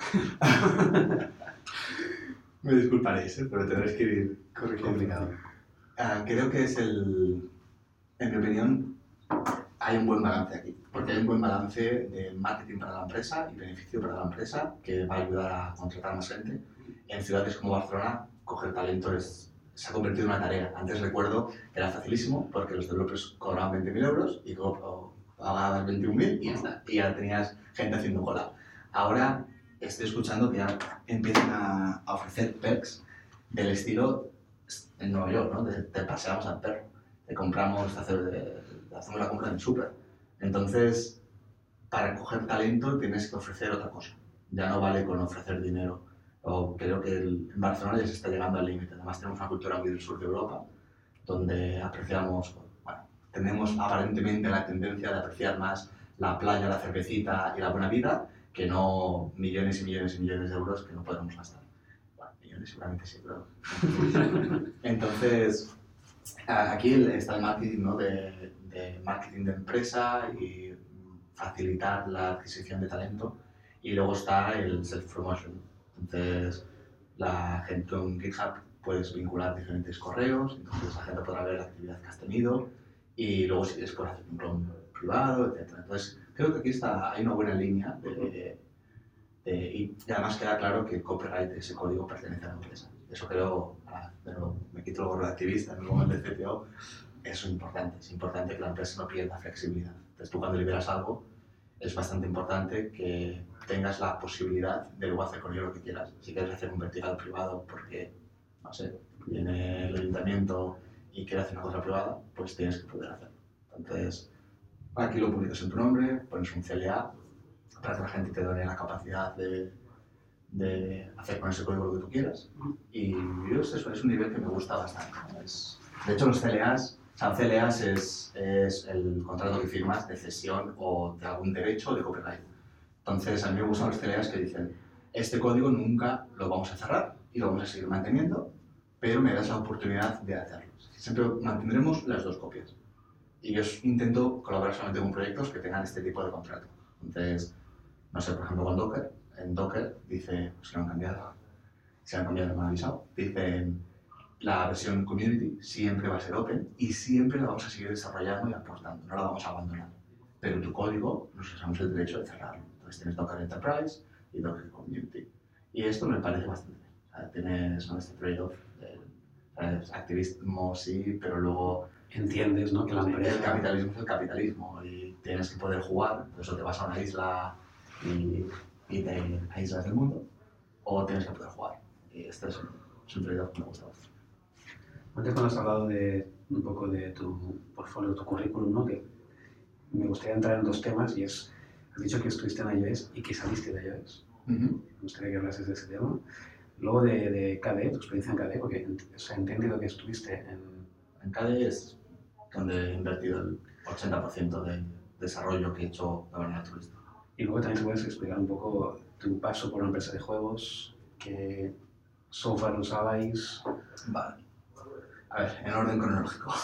Me disculparéis, ¿eh? Pero tendréis que ir complicado. Uh, creo que es el, en mi opinión, hay un buen balance aquí, porque hay un buen balance de marketing para la empresa y beneficio para la empresa que va a ayudar a contratar más gente. En ciudades como Barcelona, coger talento es, se ha convertido en una tarea. Antes recuerdo que era facilísimo porque los developers cobraban veinte mil euros y pagabas veintiún mil y ya está. Y ya tenías gente haciendo cola. Ahora estoy escuchando que ya empiezan a, a ofrecer perks del estilo en Nueva York, ¿no? Te, te paseamos al perro, te compramos, te hacemos, te hacemos la compra en el súper. Entonces, para coger talento tienes que ofrecer otra cosa. Ya no vale con ofrecer dinero. O creo que el, en Barcelona ya se está llegando al límite. Además tenemos una cultura muy del sur de Europa, donde apreciamos, bueno, tenemos aparentemente la tendencia de apreciar más la playa, la cervecita y la buena vida, que no millones y millones y millones de euros que no podemos gastar. Bueno, millones seguramente sí, pero... Entonces, aquí está el marketing, ¿no? de, de marketing de empresa y facilitar la adquisición de talento. Y luego está el self-promotion. Entonces, la gente con GitHub puedes vincular diferentes correos, entonces la gente podrá ver la actividad que has tenido y luego si quieres puedes hacer un clon privado, etcétera. Entonces, creo que aquí está, hay una buena línea de, de, de, y además queda claro que el copyright de ese código pertenece a la empresa. eso creo, ah, de nuevo, me quito el gorro de activista, no como el de C T O, eso es importante, es importante que la empresa no pierda flexibilidad. Entonces tú cuando liberas algo, es bastante importante que tengas la posibilidad de luego hacer con ello lo que quieras. Si quieres hacer un vertical privado porque, no sé, viene el ayuntamiento y quiere hacer una cosa privada, pues tienes que poder hacerlo. Entonces, aquí lo publicas en tu nombre, pones un C L A para que la gente te done la capacidad de, de hacer con ese código lo que tú quieras. Y yo, eso es un nivel que me gusta bastante. Es, de hecho, los C L As, o sea, C L As es, es el contrato que firmas de cesión o de algún derecho de copyright. Entonces, a mí me gustan los C L As que dicen, este código nunca lo vamos a cerrar y lo vamos a seguir manteniendo, pero me das la oportunidad de hacerlo. Siempre mantendremos las dos copias. Y yo intento colaborar solamente con proyectos que tengan este tipo de contrato. Entonces, no sé, por ejemplo, con Docker, en Docker dice, pues, si lo han cambiado, si han cambiado, me han avisado, dicen, la versión community siempre va a ser open y siempre la vamos a seguir desarrollando y aportando, no la vamos a abandonar. Pero tu código nos usamos el derecho de cerrarlo. Entonces tienes Docker Enterprise y Docker Community. Y esto me parece bastante bien. O sea, tienes, ¿no?, este trade-off, ¿sabes? Activismo sí, pero luego entiendes, ¿no?, que la empresa... El capitalismo es el capitalismo y tienes que poder jugar, por eso te vas a una isla y, y te aíslas del mundo, o tienes que poder jugar. Y este es un, es un trade-off que me gusta bastante. Antes cuando has hablado de un poco de tu portfolio, tu currículum, ¿no?, que me gustaría entrar en dos temas, y es, has dicho que estuviste en iOS y que saliste de iOS. Uh-huh. Me gustaría que hablases de ese tema. Luego de, de K D E, tu experiencia en K D E, porque o sea, he entendido que estuviste en... En K D E es donde he invertido el ochenta por ciento del desarrollo que he hecho de manera altruista. Y luego también te puedes explicar un poco tu paso por una empresa de juegos, qué software usabais... Vale. A ver, en orden cronológico.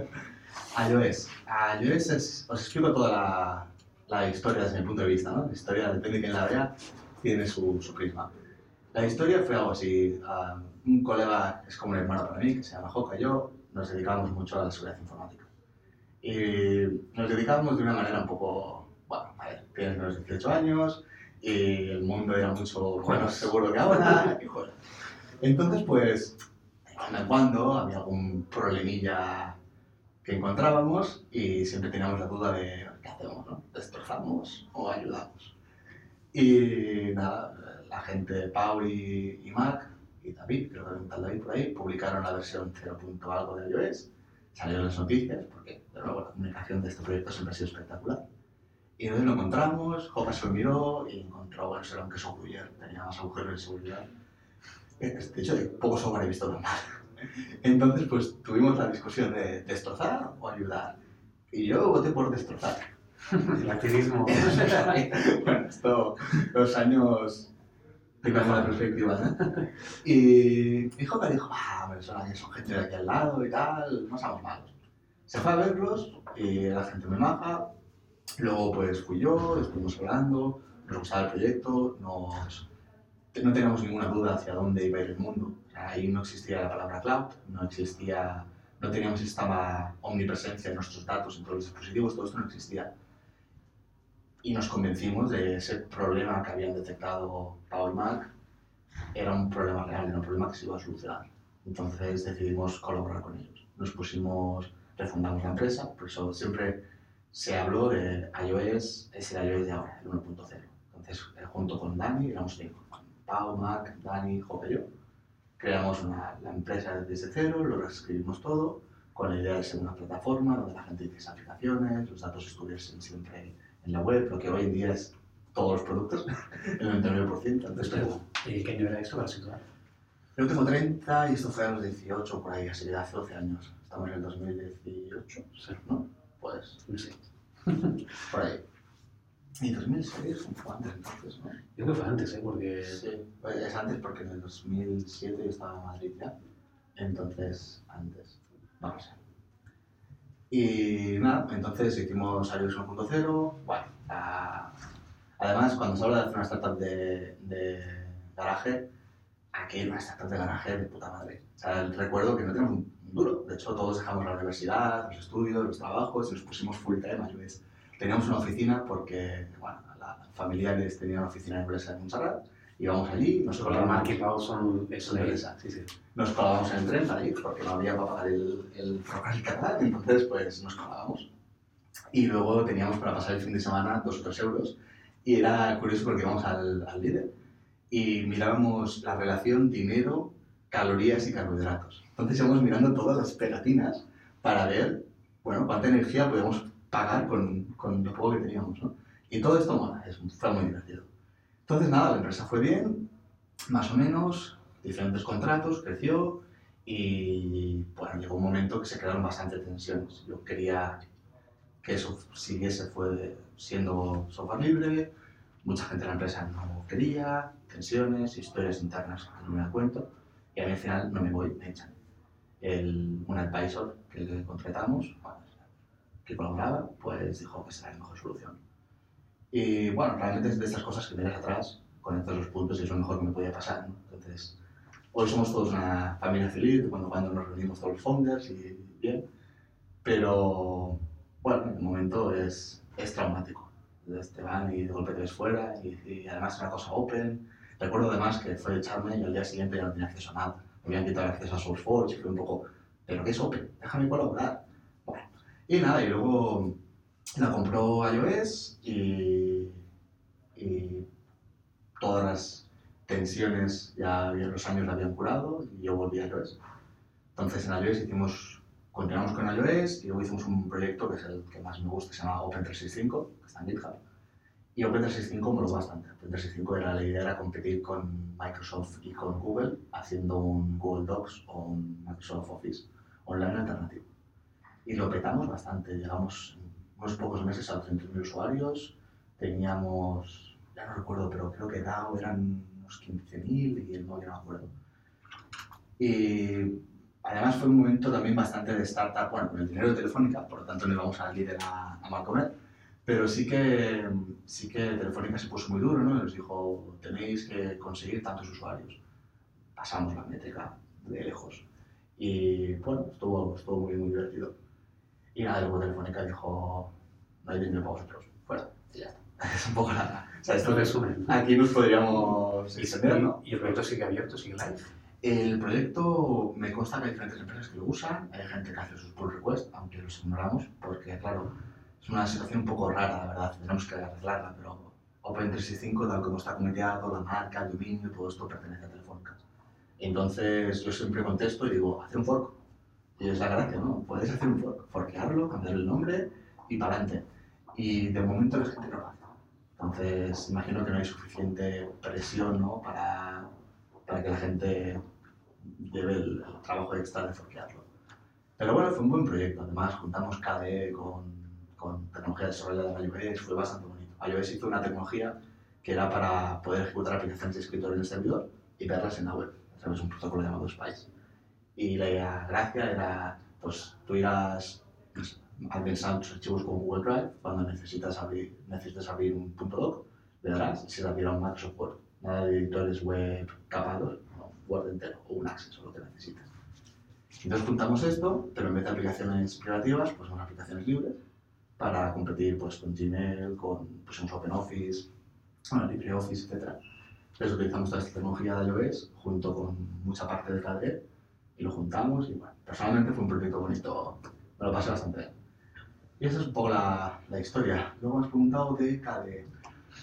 iOS. iOS es... Os explico toda la, la historia desde mi punto de vista, ¿no? La historia, depende de quién la vea, tiene su, su prisma. La historia fue algo así. Um, un colega, es como un hermano para mí, que se llama Joka, y yo nos dedicábamos mucho a la seguridad informática. Y nos dedicábamos de una manera un poco... Bueno, a ver, tienes menos de dieciocho años y el mundo era mucho menos seguro que ahora. Y joder. Entonces, pues, de cuando en cuando había algún problemilla que encontrábamos y siempre teníamos la duda de ¿qué hacemos, no? ¿Destrozamos o ayudamos? Y nada, la gente, Pau y, y Marc y David, creo que hay un tal David por ahí, publicaron la versión cero. Algo de iOS, salieron las noticias, porque de nuevo la comunicación de este proyecto siempre ha sido espectacular. Y entonces lo encontramos, Joka se lo miró y encontró, bueno, era un queso gruyere, tenía más agujeros de seguridad. De hecho, de poco software he visto normal. Entonces, pues tuvimos la discusión de destrozar o ayudar. Y yo voté por destrozar. El activismo. Bueno, esto, los años tengan una perspectiva, ¿no? Y, y Joka dijo, ah, me suena que son gente de aquí al lado y tal, no somos malos. Se fue a verlos y era gente muy maja. Luego pues fui yo, estuvimos hablando, nos gustaba el proyecto, nos, no teníamos ninguna duda hacia dónde iba a ir el mundo. O sea, ahí no existía la palabra cloud, no existía, no teníamos esta omnipresencia de nuestros datos en todos los dispositivos, todo esto no existía. Y nos convencimos de ese problema que habían detectado Pau y Marc, era un problema real, era un problema que se iba a solucionar. Entonces decidimos colaborar con ellos. Nos pusimos, refundamos la empresa, por eso siempre se habló de iOS, es el iOS de ahora, el uno punto cero. Entonces, eh, junto con Dani, éramos cinco, Pau, Marc, Dani, Joka y yo, creamos una, la empresa desde cero, lo reescribimos todo, con la idea de ser una plataforma donde la gente hiciese aplicaciones, los datos estuviesen siempre en la web, lo que hoy en día es todos los productos, el noventa y nueve por ciento. Entonces, ¿Y qué año era esto para situar? Yo tengo treinta y esto fue a los dieciocho, por ahí, así de hace doce años. Estamos en el dos mil dieciocho, ¿no? Pues, sí. Por ahí. Y dos mil seis fue antes entonces, ¿no? Yo creo que fue antes, ¿eh? Porque... Sí, pues es antes porque en el dos mil siete yo estaba en Madrid ya. Entonces, antes. Vamos a ver. Y nada, entonces hicimos iOS uno punto cero. Bueno, uh, además, cuando se habla de hacer una startup de, de garaje, aquí hay una startup de garaje de puta madre. O sea, recuerdo que no tenemos un duro. De hecho, todos dejamos la universidad, los estudios, los trabajos y nos pusimos full time a iOS. Teníamos una oficina porque, bueno, los familiares tenían una oficina en Empresa de Montserrat Íbamos allí, nos Porque colábamos. Mark y Pau son eso de esa. Sí, sí. Nos colábamos en el tren para ir, porque no había para pagar el, el ferrocarril catalán, entonces pues nos colábamos. Y luego teníamos para pasar el fin de semana dos o tres euros, y era curioso porque íbamos al, al líder y mirábamos la relación dinero, calorías y carbohidratos. Entonces íbamos mirando todas las pegatinas para ver, bueno, cuánta energía podíamos pagar con, con lo poco que teníamos, ¿no? Y todo esto, bueno, es, fue muy divertido. Entonces nada, la empresa fue bien, más o menos, diferentes contratos, creció y bueno, llegó un momento que se crearon bastantes tensiones. Yo quería que eso siguiese fue siendo software libre, mucha gente de la empresa no quería, tensiones, historias internas que no me da cuento, y a mí al final no me voy, me echan. El, un advisor que le contratamos, bueno, que colaboraba, pues dijo que será la mejor solución. Y bueno, realmente es de estas cosas que miras atrás, conectas los puntos y es lo mejor que me podía pasar, ¿no? Entonces, hoy somos todos una familia feliz, de cuando cuando nos reunimos todos los founders y bien, pero bueno, en el momento es, es traumático. Entonces te van y de golpe te ves fuera y, y además es una cosa open. Recuerdo además que fue echarme y al día siguiente ya no tenía acceso a nada. Me habían quitado el acceso a SourceForge y fue un poco, ¿pero qué es open? Déjame colaborar. Bueno, y nada, y luego la compró iOS y, y todas las tensiones ya los años la habían curado y yo volví a iOS. Entonces en iOS hicimos, continuamos con iOS y luego hicimos un proyecto que es el que más me gusta, que se llama Open trescientos sesenta y cinco, que está en GitHub. Y Open trescientos sesenta y cinco moló bastante. Open trescientos sesenta y cinco era la idea era competir con Microsoft y con Google haciendo un Google Docs o un Microsoft Office online alternativo. Y lo petamos bastante, llegamos en unos pocos meses a treinta mil usuarios, teníamos, ya no recuerdo, pero creo que DAO eran unos quince mil y el no, ya no me acuerdo. Y además fue un momento también bastante de startup, bueno, con el dinero de Telefónica, por lo tanto no íbamos al líder a, a Malcomer, pero sí que, sí que Telefónica se puso muy duro, ¿no? Nos dijo, tenéis que conseguir tantos usuarios. Pasamos la métrica de lejos. Y bueno, estuvo, estuvo muy, muy divertido. Y nada, luego Telefónica dijo, no hay dinero para vosotros, fuera, y ya está. Es un poco la... O sea, esto resumen. Aquí nos podríamos extender, ¿no? ¿Y el proyecto sigue abierto, sigue live? El proyecto me consta que hay diferentes empresas que lo usan, hay gente que hace sus pull requests, aunque los ignoramos, porque claro, es una situación un poco rara, la verdad, tenemos que arreglarla, pero Open trescientos sesenta y cinco, tal como está cometido, la marca, el dominio, todo esto pertenece a Telefónica. Entonces yo siempre contesto y digo, haz un fork. Y es la gracia, ¿no? Podéis hacer un fork, forkearlo, cambiar el nombre y para adelante. Y de momento la gente no lo hace. Entonces imagino que no hay suficiente presión, ¿no? para, para que la gente lleve el, el trabajo extra de forkearlo. Pero bueno, fue un buen proyecto. Además, juntamos K D E con, con tecnología desarrollada en iOS, fue bastante bonito. iOS hizo una tecnología que era para poder ejecutar aplicaciones de escritorio en el servidor y verlas en la web. ¿Sabes? Un protocolo llamado Spice. Y la gracia era, pues, tú irás administrando tus archivos con Google Drive, cuando necesitas abrir, necesitas abrir un .doc, le darás y se te abrirá un Microsoft Word. Nada de editores web capados, no, Word entero o un Access o lo que necesites. Entonces juntamos esto, pero en vez de aplicaciones privativas, pues son aplicaciones libres para competir pues, con Gmail, con pues, OpenOffice, bueno, LibreOffice, etcétera. Entonces utilizamos toda esta tecnología de iOS junto con mucha parte de K D E y lo juntamos y bueno, personalmente fue un proyecto bonito, me lo pasé bastante bien. Y esa es un poco la, la historia. Luego me has preguntado de K D E.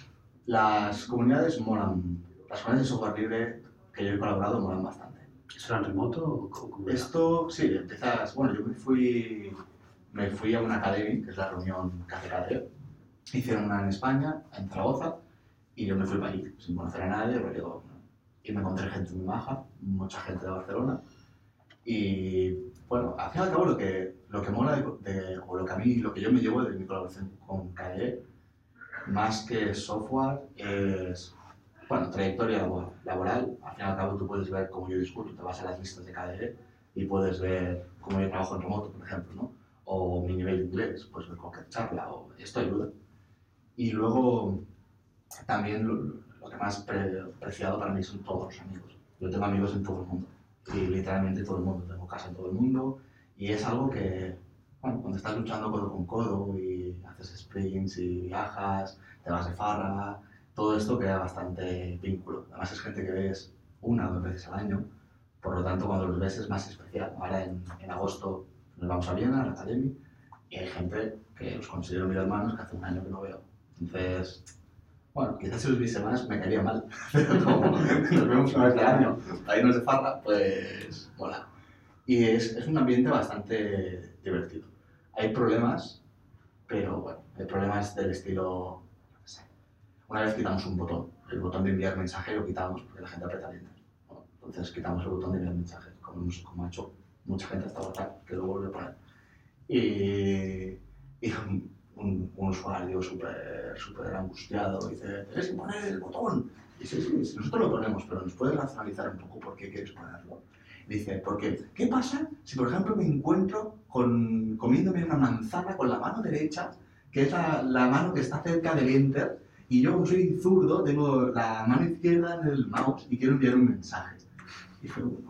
Las comunidades molan, las comunidades de software libre que yo he colaborado molan bastante. ¿Eso era en remoto o cómo era? Esto, sí, empiezas, bueno, yo me fui, me fui a una academia, que es la reunión que hace K D E. Hicieron una en España, en Zaragoza, y yo me fui para allí, sin conocer a nadie, pero digo, y me encontré gente muy maja, mucha gente de Barcelona, y bueno, al fin y al cabo lo que, lo que mola, de, de, o lo que a mí, lo que yo me llevo de mi colaboración con K D E, más que software, es, bueno, trayectoria laboral. Al fin y al cabo tú puedes ver cómo yo discuto, te vas a las listas de K D E y puedes ver cómo yo trabajo en remoto, por ejemplo, ¿no? O mi nivel de inglés, puedes ver cualquier charla, o esto ayuda. Y luego, también lo, lo que más pre, preciado para mí son todos los amigos. Yo tengo amigos en todo el mundo, y literalmente todo el mundo, tengo casa en todo el mundo, y es algo que, bueno, cuando estás luchando codo con codo y haces sprints y viajas, te vas de farra, todo esto crea bastante vínculo. Además es gente que ves una o dos veces al año, por lo tanto cuando los ves es más especial. Ahora en, en agosto nos vamos a Viena, a la Academy, y hay gente que los considero mis hermanos que hace un año que no veo. Entonces, bueno, quizás si los viese más me caería mal, pero como nos vemos una vez al año para irnos de farra, pues mola. Y es, es un ambiente bastante divertido. Hay problemas, pero bueno, hay problemas del estilo, no sé, una vez quitamos un botón, el botón de enviar mensaje lo quitamos porque la gente aprieta el enter. Bueno, entonces quitamos el botón de enviar mensaje, como, como ha hecho mucha gente hasta ahora, que lo vuelve a poner. Y, y un, un, un usuario súper súper angustiado dice, tienes que poner el botón. Y sí, sí, sí, nosotros lo ponemos, pero nos puedes racionalizar un poco por qué quieres ponerlo. Dice, porque, ¿qué pasa si, por ejemplo, me encuentro con, comiéndome una manzana con la mano derecha, que es la, la mano que está cerca del enter, y yo, como soy zurdo, tengo la mano izquierda en el mouse y quiero enviar un mensaje? Y fue, uh,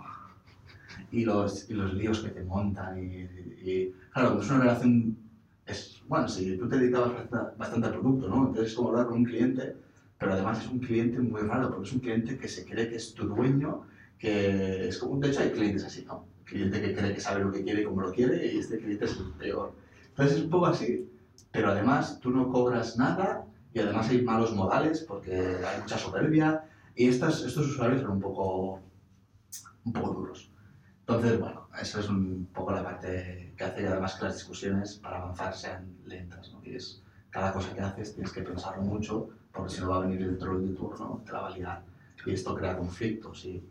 y, los, y los líos que te montan, y, y, y claro, es una relación, es, bueno, si tú te dedicabas bastante al producto, ¿no? Entonces es como hablar con un cliente, pero además es un cliente muy raro, porque es un cliente que se cree que es tu dueño, que es como, de hecho hay clientes así, ¿no? Cliente que cree que sabe lo que quiere y cómo lo quiere, y este cliente es el peor. Entonces es un poco así, pero además tú no cobras nada, y además hay malos modales porque hay mucha soberbia, y estos, estos usuarios son un poco, un poco duros. Entonces, bueno, eso es un poco la parte que hace que además que las discusiones para avanzar sean lentas, ¿no? Y es, cada cosa que haces tienes que pensarlo mucho, porque si no va a venir el troll de turno, te la va a liar. Y esto crea conflictos y...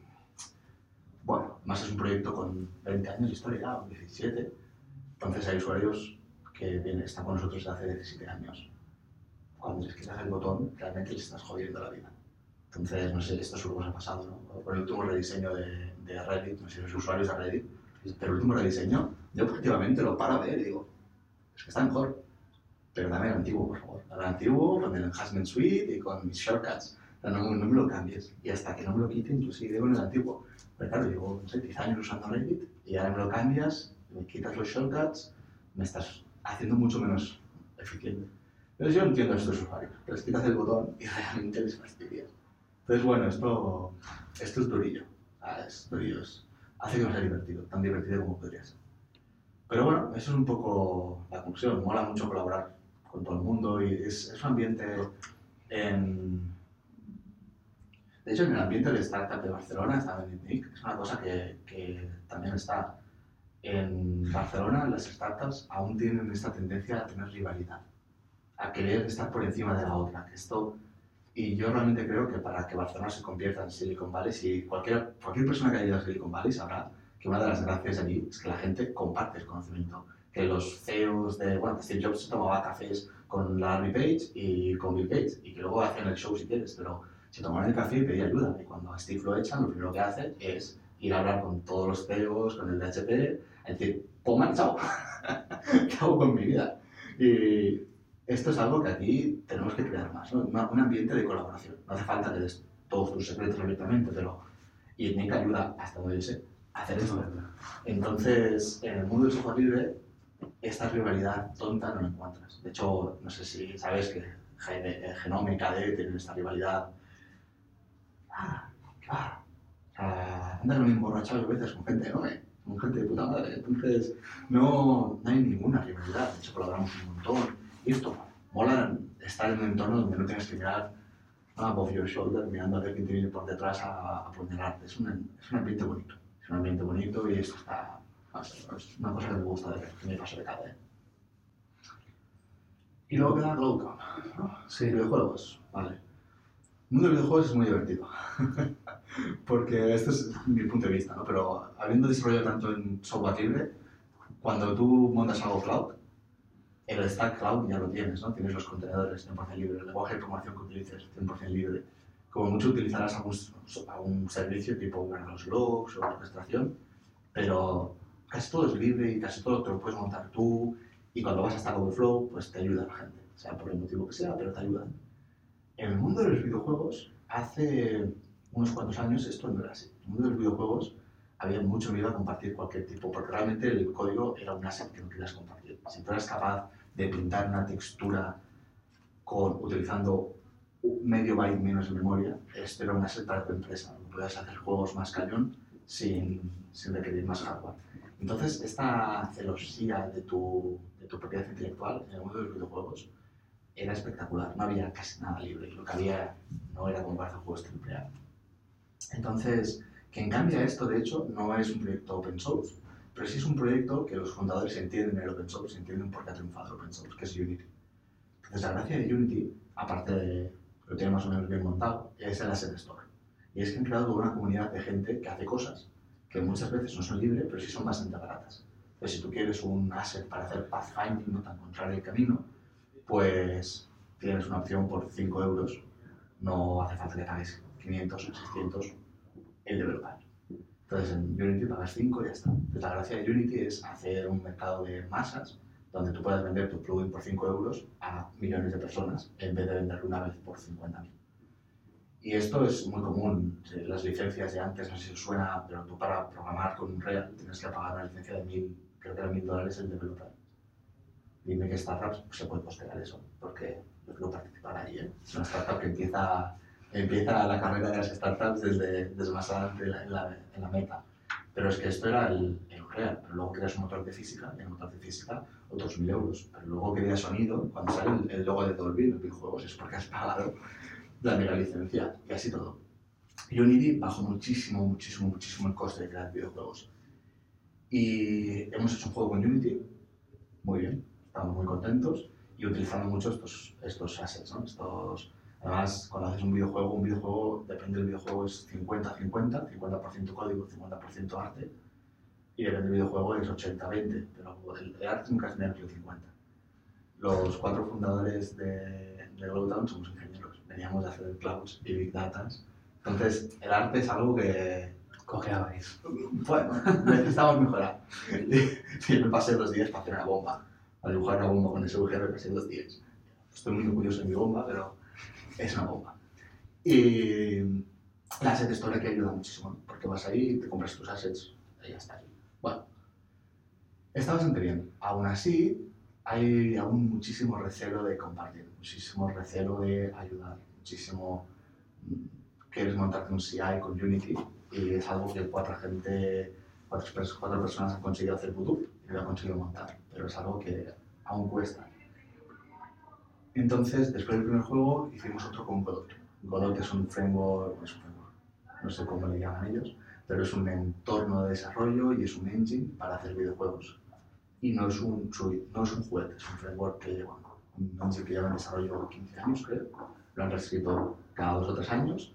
Bueno, más es un proyecto con veinte años de historia ya, o diecisiete. Entonces hay usuarios que vienen, están con nosotros desde hace diecisiete años. Cuando les quitas el botón, realmente les estás jodiendo la vida. Entonces, no sé, esto seguro os ha pasado, ¿no? Con el último rediseño de, de Reddit, no sé si sois usuarios de Reddit, pero el último rediseño, yo objetivamente lo paro a ver y digo, es que está mejor, pero dame el antiguo, por favor. El antiguo con el Enhancement Suite y con mis shortcuts. No, no me lo cambies. Y hasta que no me lo quiten, yo seguiré con el antiguo. Pero claro, llevo, no sé, diez años usando Reddit y ahora me lo cambias, me quitas los shortcuts, me estás haciendo mucho menos eficiente. Entonces yo entiendo a estos usuarios, que les quitas el botón y realmente les fastidia. Entonces bueno, esto, esto es durillo. Ah, es durillo, es, hace que no sea divertido, tan divertido como podría ser. Pero bueno, eso es un poco la conclusión. Mola mucho colaborar con todo el mundo y es, es un ambiente en... De hecho, en el ambiente de startup de Barcelona, está en ITNIC, es una cosa que, que también está en Barcelona. Las startups aún tienen esta tendencia a tener rivalidad, a querer estar por encima de la otra. Que esto, y yo realmente creo que para que Barcelona se convierta en Silicon Valley, si cualquier, cualquier persona que haya ido a Silicon Valley sabrá que una de las gracias allí es que la gente comparte el conocimiento. Que los C E Os de, bueno, que Steve Jobs se tomaba cafés con Larry Page y con Bill Gates, y que luego hacen el show si quieres, pero se tomaban el café y pedía ayuda. Y cuando a Steve lo echan, lo primero que hace es ir a hablar con todos los C E Os, con el de H P, a decir, pues me han echado, ¿qué hago con mi vida? Y esto es algo que aquí tenemos que crear más, ¿no? Un ambiente de colaboración. No hace falta que des todos tus secretos abiertamente, pero ITNIC ayuda, hasta donde yo sé, a hacer esto. Entonces, en el mundo del software libre, esta rivalidad tonta no la encuentras. De hecho, no sé si sabes que Genome y K D tienen esta rivalidad. Ah, claro. O sea, andan lo emborrachado a veces con gente enorme, con gente de puta madre. Entonces, no, no hay ninguna rivalidad. De hecho, colaboramos un montón. Y esto, mola estar en un entorno donde no tienes que mirar above your shoulder, mirando a ver quién te viene por detrás a, a apuñalarte. Es un, es un ambiente bonito. Es un ambiente bonito y esto está... Es una cosa que me gusta de ver, que me paso de cada vez. Y luego queda Glowcom, ¿no? Sí, videojuegos, vale. El mundo de videojuegos es muy divertido. Porque este es mi punto de vista, ¿no? Pero habiendo desarrollado tanto en software libre, cuando tú montas algo cloud, el stack cloud ya lo tienes, ¿no? Tienes los contenedores cien por ciento libre, el lenguaje de programación que utilices cien por ciento libre. Como mucho utilizarás algún, algún servicio tipo los logs o orquestación, pero casi todo es libre y casi todo te lo puedes montar tú, y cuando vas a Stack Overflow, pues te ayuda la gente, sea por el motivo que sea, pero te ayudan. En el mundo de los videojuegos, hace unos cuantos años esto no era así. En el mundo de los videojuegos había mucho miedo a compartir cualquier tipo, porque realmente el código era un asset que no querías compartir. Si tú eras capaz de pintar una textura con, utilizando medio byte menos de memoria, esto era un asset para tu empresa. Puedes hacer juegos más cañón sin, sin requerir más hardware. Entonces, esta celosía de tu, de tu propiedad intelectual en el mundo de los videojuegos era espectacular. No había casi nada libre. Lo que había no era compartir juegos triple A. Entonces, quien cambia esto, de hecho, no es un proyecto open source, pero sí es un proyecto que los fundadores entienden en el open source, entienden por qué ha triunfado el open source, que es Unity. Entonces, la gracia de Unity, aparte de lo tiene más o menos bien montado, es el Asset Store. Y es que han creado toda una comunidad de gente que hace cosas que muchas veces no son libres, pero sí son bastante baratas. Entonces, si tú quieres un asset para hacer pathfinding, no tan encontrar el camino, pues tienes una opción por cinco euros. No hace falta que pagues quinientos o seiscientos el developer. Entonces, en Unity pagas cinco y ya está. Entonces, la gracia de Unity es hacer un mercado de masas donde tú puedas vender tu plugin por cinco euros a millones de personas en vez de venderlo una vez por cincuenta mil. Y esto es muy común. Las licencias de antes, no sé si os suena, pero tú para programar con Unreal tienes que pagar una licencia de mil, creo que era mil dólares el developer. Dime qué startup se puede costear eso, porque yo quiero participar ahí. ¿eh? Es una startup que empieza, empieza la carrera de las startups desde, desde más adelante en la, en la meta. Pero es que esto era el, el Unreal, pero luego creas un motor de física, y el motor de física otros mil euros. Pero luego quería sonido, cuando sale el, el logo de Dolby en los videojuegos es porque has pagado la mega licencia y así todo. Unity bajó muchísimo, muchísimo, muchísimo el coste de crear videojuegos. Y hemos hecho un juego con Unity, muy bien, estamos muy contentos y utilizando mucho estos, estos assets, ¿no? Estos, además, cuando haces un videojuego, un videojuego, depende del videojuego, es cincuenta cincuenta, cincuenta por ciento código, cincuenta por ciento arte, y depende del videojuego es ochenta veinte, pero el, el arte nunca es menos que el cincuenta. Los cuatro fundadores de, de Glowtown somos ingenieros, veníamos de hacer clouds y big data, entonces el arte es algo que cojeabais. Bueno, necesitamos mejorar. Sí, me pasé dos días para hacer una bomba, para dibujar una bomba con ese agujero, me pasé dos días. Estoy muy orgulloso de mi bomba, pero es una bomba. Y la asset store que ayuda muchísimo, ¿no? Porque vas ahí, te compras tus assets y ya está. Bueno, está bastante bien. Aún así, hay aún muchísimo recelo de compartir, muchísimo recelo de ayudar, muchísimo... Quieres montarte un C I con Unity y es algo que cuatro, gente, cuatro, cuatro personas han conseguido hacer bootup y lo han conseguido montar, pero es algo que aún cuesta. Entonces, después del primer juego, hicimos otro con Godot. Godot es un framework, es un framework, no sé cómo le llaman ellos, pero es un entorno de desarrollo y es un engine para hacer videojuegos. Y no es un, no es un juguete, es un framework que lleva, un engine que lleva en desarrollo quince años, creo. Lo han reescrito cada dos o tres años.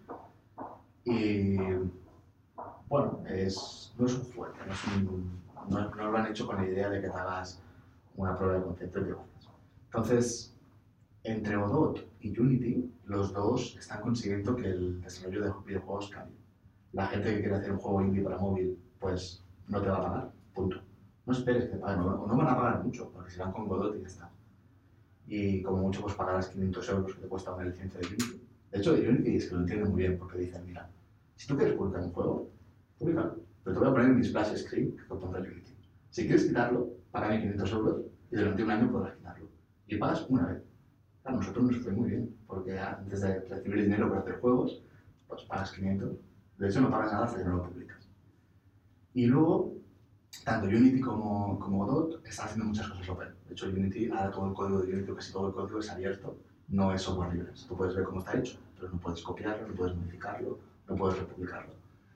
Y bueno, es, no es un juguete, no, es un, no, no lo han hecho con la idea de que te hagas una prueba de concepto y te haces. Entonces, entre Godot y Unity, los dos están consiguiendo que el desarrollo de videojuegos cambie. La gente que quiere hacer un juego indie para móvil, pues no te va a pagar, punto. No esperes que te paguen, o no van a pagar mucho, porque se van con Godot y ya está. Y como mucho, pues pagarás quinientos euros que te cuesta una licencia de Unity. De hecho, de Unity es que lo entienden muy bien, porque dicen, mira, si tú quieres publicar un juego, públicalo, pero te voy a poner en mi splash screen que lo pondrá Unity. Si quieres quitarlo, págame quinientos euros y durante un año podrás quitarlo. Y pagas una vez. A nosotros nos fue muy bien, porque antes de recibir dinero por hacer juegos, pues pagas quinientos. De hecho, no pagas nada hasta que no lo publicas. Y luego, tanto Unity como, como Godot están haciendo muchas cosas open. De hecho, Unity, ahora todo el código de Unity, casi todo el código es abierto, no es software libre. Tú puedes ver cómo está hecho, pero no puedes copiarlo, no puedes modificarlo, no puedes republicarlo.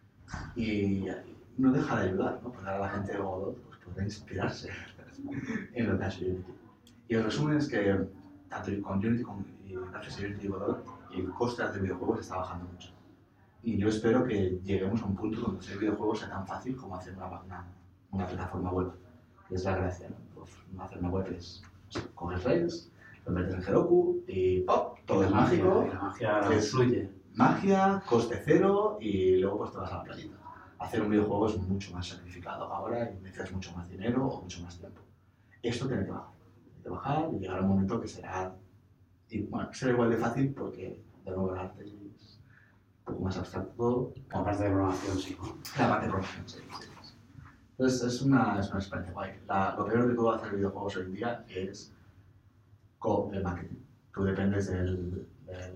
Y no deja de ayudar, ¿no? Porque ahora la gente de Godot pues, podrá inspirarse en lo que hace Unity. Y el resumen es que tanto con Unity como y gracias a Unity y Godot, el coste de hacer videojuegos está bajando mucho. Y yo espero que lleguemos a un punto donde hacer videojuegos sea tan fácil como hacer una, una, una plataforma web. Que es la gracia, ¿no? Pues, hacer una web es, o sea, coges Rails, lo metes en Heroku y ¡pop! Todo es mágico. Y la magia es, fluye. Magia, coste cero y luego pues te vas a la playita. Hacer un videojuego es mucho más sacrificado ahora y necesitas mucho más dinero o mucho más tiempo. Esto tiene que bajar. Tiene que bajar y llegar a un momento que será, y, bueno, será igual de fácil porque de nuevo el arte es un poco más abstracto todo. La parte de programación, sí. La parte de programación, sí. sí. Entonces es una, es una experiencia guay. La, lo peor de todo hacer videojuegos hoy en día es el marketing. Tú dependes del, del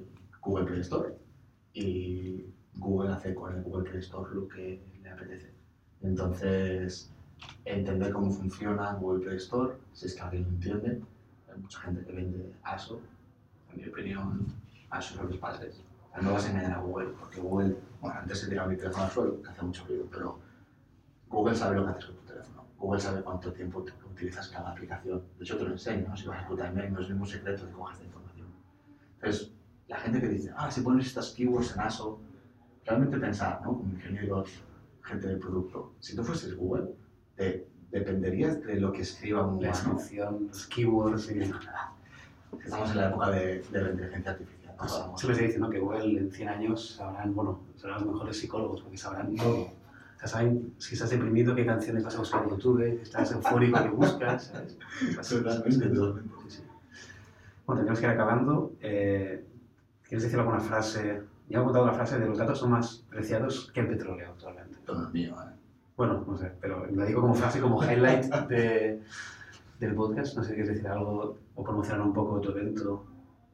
Google Play Store y Google hace con el Google Play Store lo que le apetece. Entonces, entender cómo funciona Google Play Store, si es que alguien lo entiende, hay mucha gente que vende ASO, en mi opinión, ASO son los padres. O sea, no vas a engañar a Google, porque Google, bueno, antes se tiraba mi teléfono al suelo, que hace mucho ruido, pero Google sabe lo que haces con tu teléfono. Google sabe cuánto tiempo utilizas cada aplicación. De hecho, te lo enseño, ¿no? Si vas a tu timeline, no es ningún secreto que cojas esta información. Entonces, la gente que dice, ah, si pones estas keywords en ASO, realmente pensar, ¿no? Como ingenieros, gente de producto, si tú fueses Google, te dependerías de lo que escriba un humano. La descripción, los keywords y... Estamos en la época de, de la inteligencia artificial. ¿No? Pues, siempre se dice, ¿no? Que Google en cien años sabrán, bueno, serán los mejores psicólogos porque sabrán todo. O sea, saben si estás deprimido, qué canciones vas a buscar en YouTube, si estás eufórico, qué buscas, ¿sabes? Totalmente, totalmente. Sí, sí. Bueno, tenemos que ir acabando. Eh, ¿Quieres decir alguna frase? Ya he contado la frase de los datos son más preciados que el petróleo actualmente. Todo es mío, ¿eh? Bueno, no sé, pero la digo como frase, como highlight de, del podcast. No sé si quieres decir algo o promocionar un poco tu evento.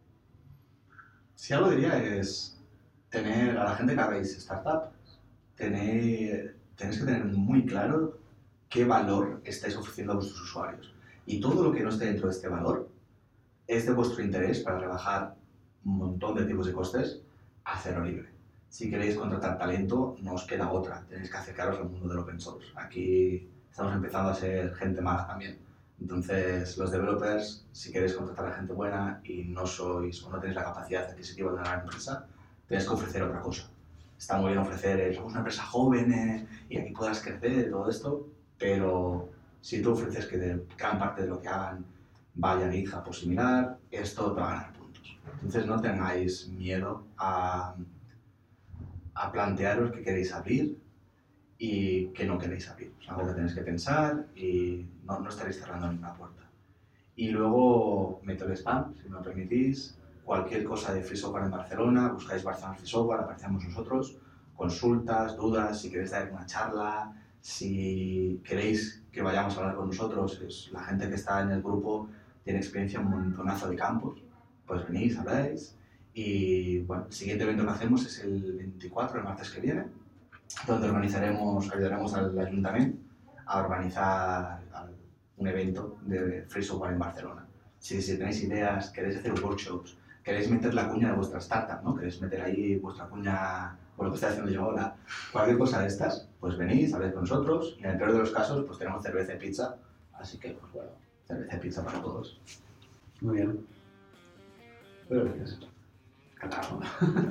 Si algo diría es tener a la gente que hagáis startup, tener, tenéis que tener muy claro qué valor estáis ofreciendo a vuestros usuarios. Y todo lo que no esté dentro de este valor es de vuestro interés para rebajar un montón de tipos de costes a cero libre. Si queréis contratar talento, no os queda otra, tenéis que acercaros al mundo del open source. Aquí estamos empezando a ser gente más también. Entonces, los developers, si queréis contratar a gente buena y no sois o no tenéis la capacidad adquisitiva de una gran empresa, tenéis que ofrecer otra cosa. Está muy bien ofrecer, eh, somos una empresa joven eh, y aquí podrás crecer y todo esto, pero si tú ofreces que de gran parte de lo que hagan vaya a GitHub o similar, esto te va a ganar puntos. Entonces, no tengáis miedo a, a plantearos que queréis abrir y que no queréis abrir. Es algo que tenéis que pensar y no, no estaréis cerrando ninguna puerta. Y luego meto el spam, si me lo permitís. Cualquier cosa de Free Software en Barcelona, buscáis Barcelona Free Software, aparecemos nosotros. Consultas, dudas, si queréis dar una charla, si queréis que vayamos a hablar con nosotros, es la gente que está en el grupo tiene experiencia en un montonazo de campos, pues venís, habláis. Y bueno, el siguiente evento que hacemos es el veinticuatro, el martes que viene, donde organizaremos, ayudaremos al ayuntamiento a organizar un evento de Free Software en Barcelona. Si, si tenéis ideas, queréis hacer workshops, queréis meter la cuña de vuestra startup, ¿no? Queréis meter ahí vuestra cuña, por lo que estoy haciendo yo ahora, cualquier cosa de estas, pues venís, habléis con nosotros y en el peor de los casos, pues tenemos cerveza y pizza, así que, pues bueno, cerveza y pizza para todos. Muy bien. Pero gracias. Encantado.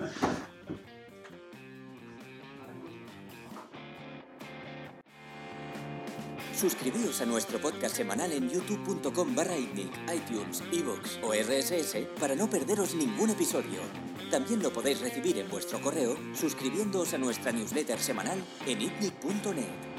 Suscribíos a nuestro podcast semanal en youtube punto com barra itnic, iTunes, iVoox o R S S para no perderos ningún episodio. También lo podéis recibir en vuestro correo suscribiéndoos a nuestra newsletter semanal en itnic punto net.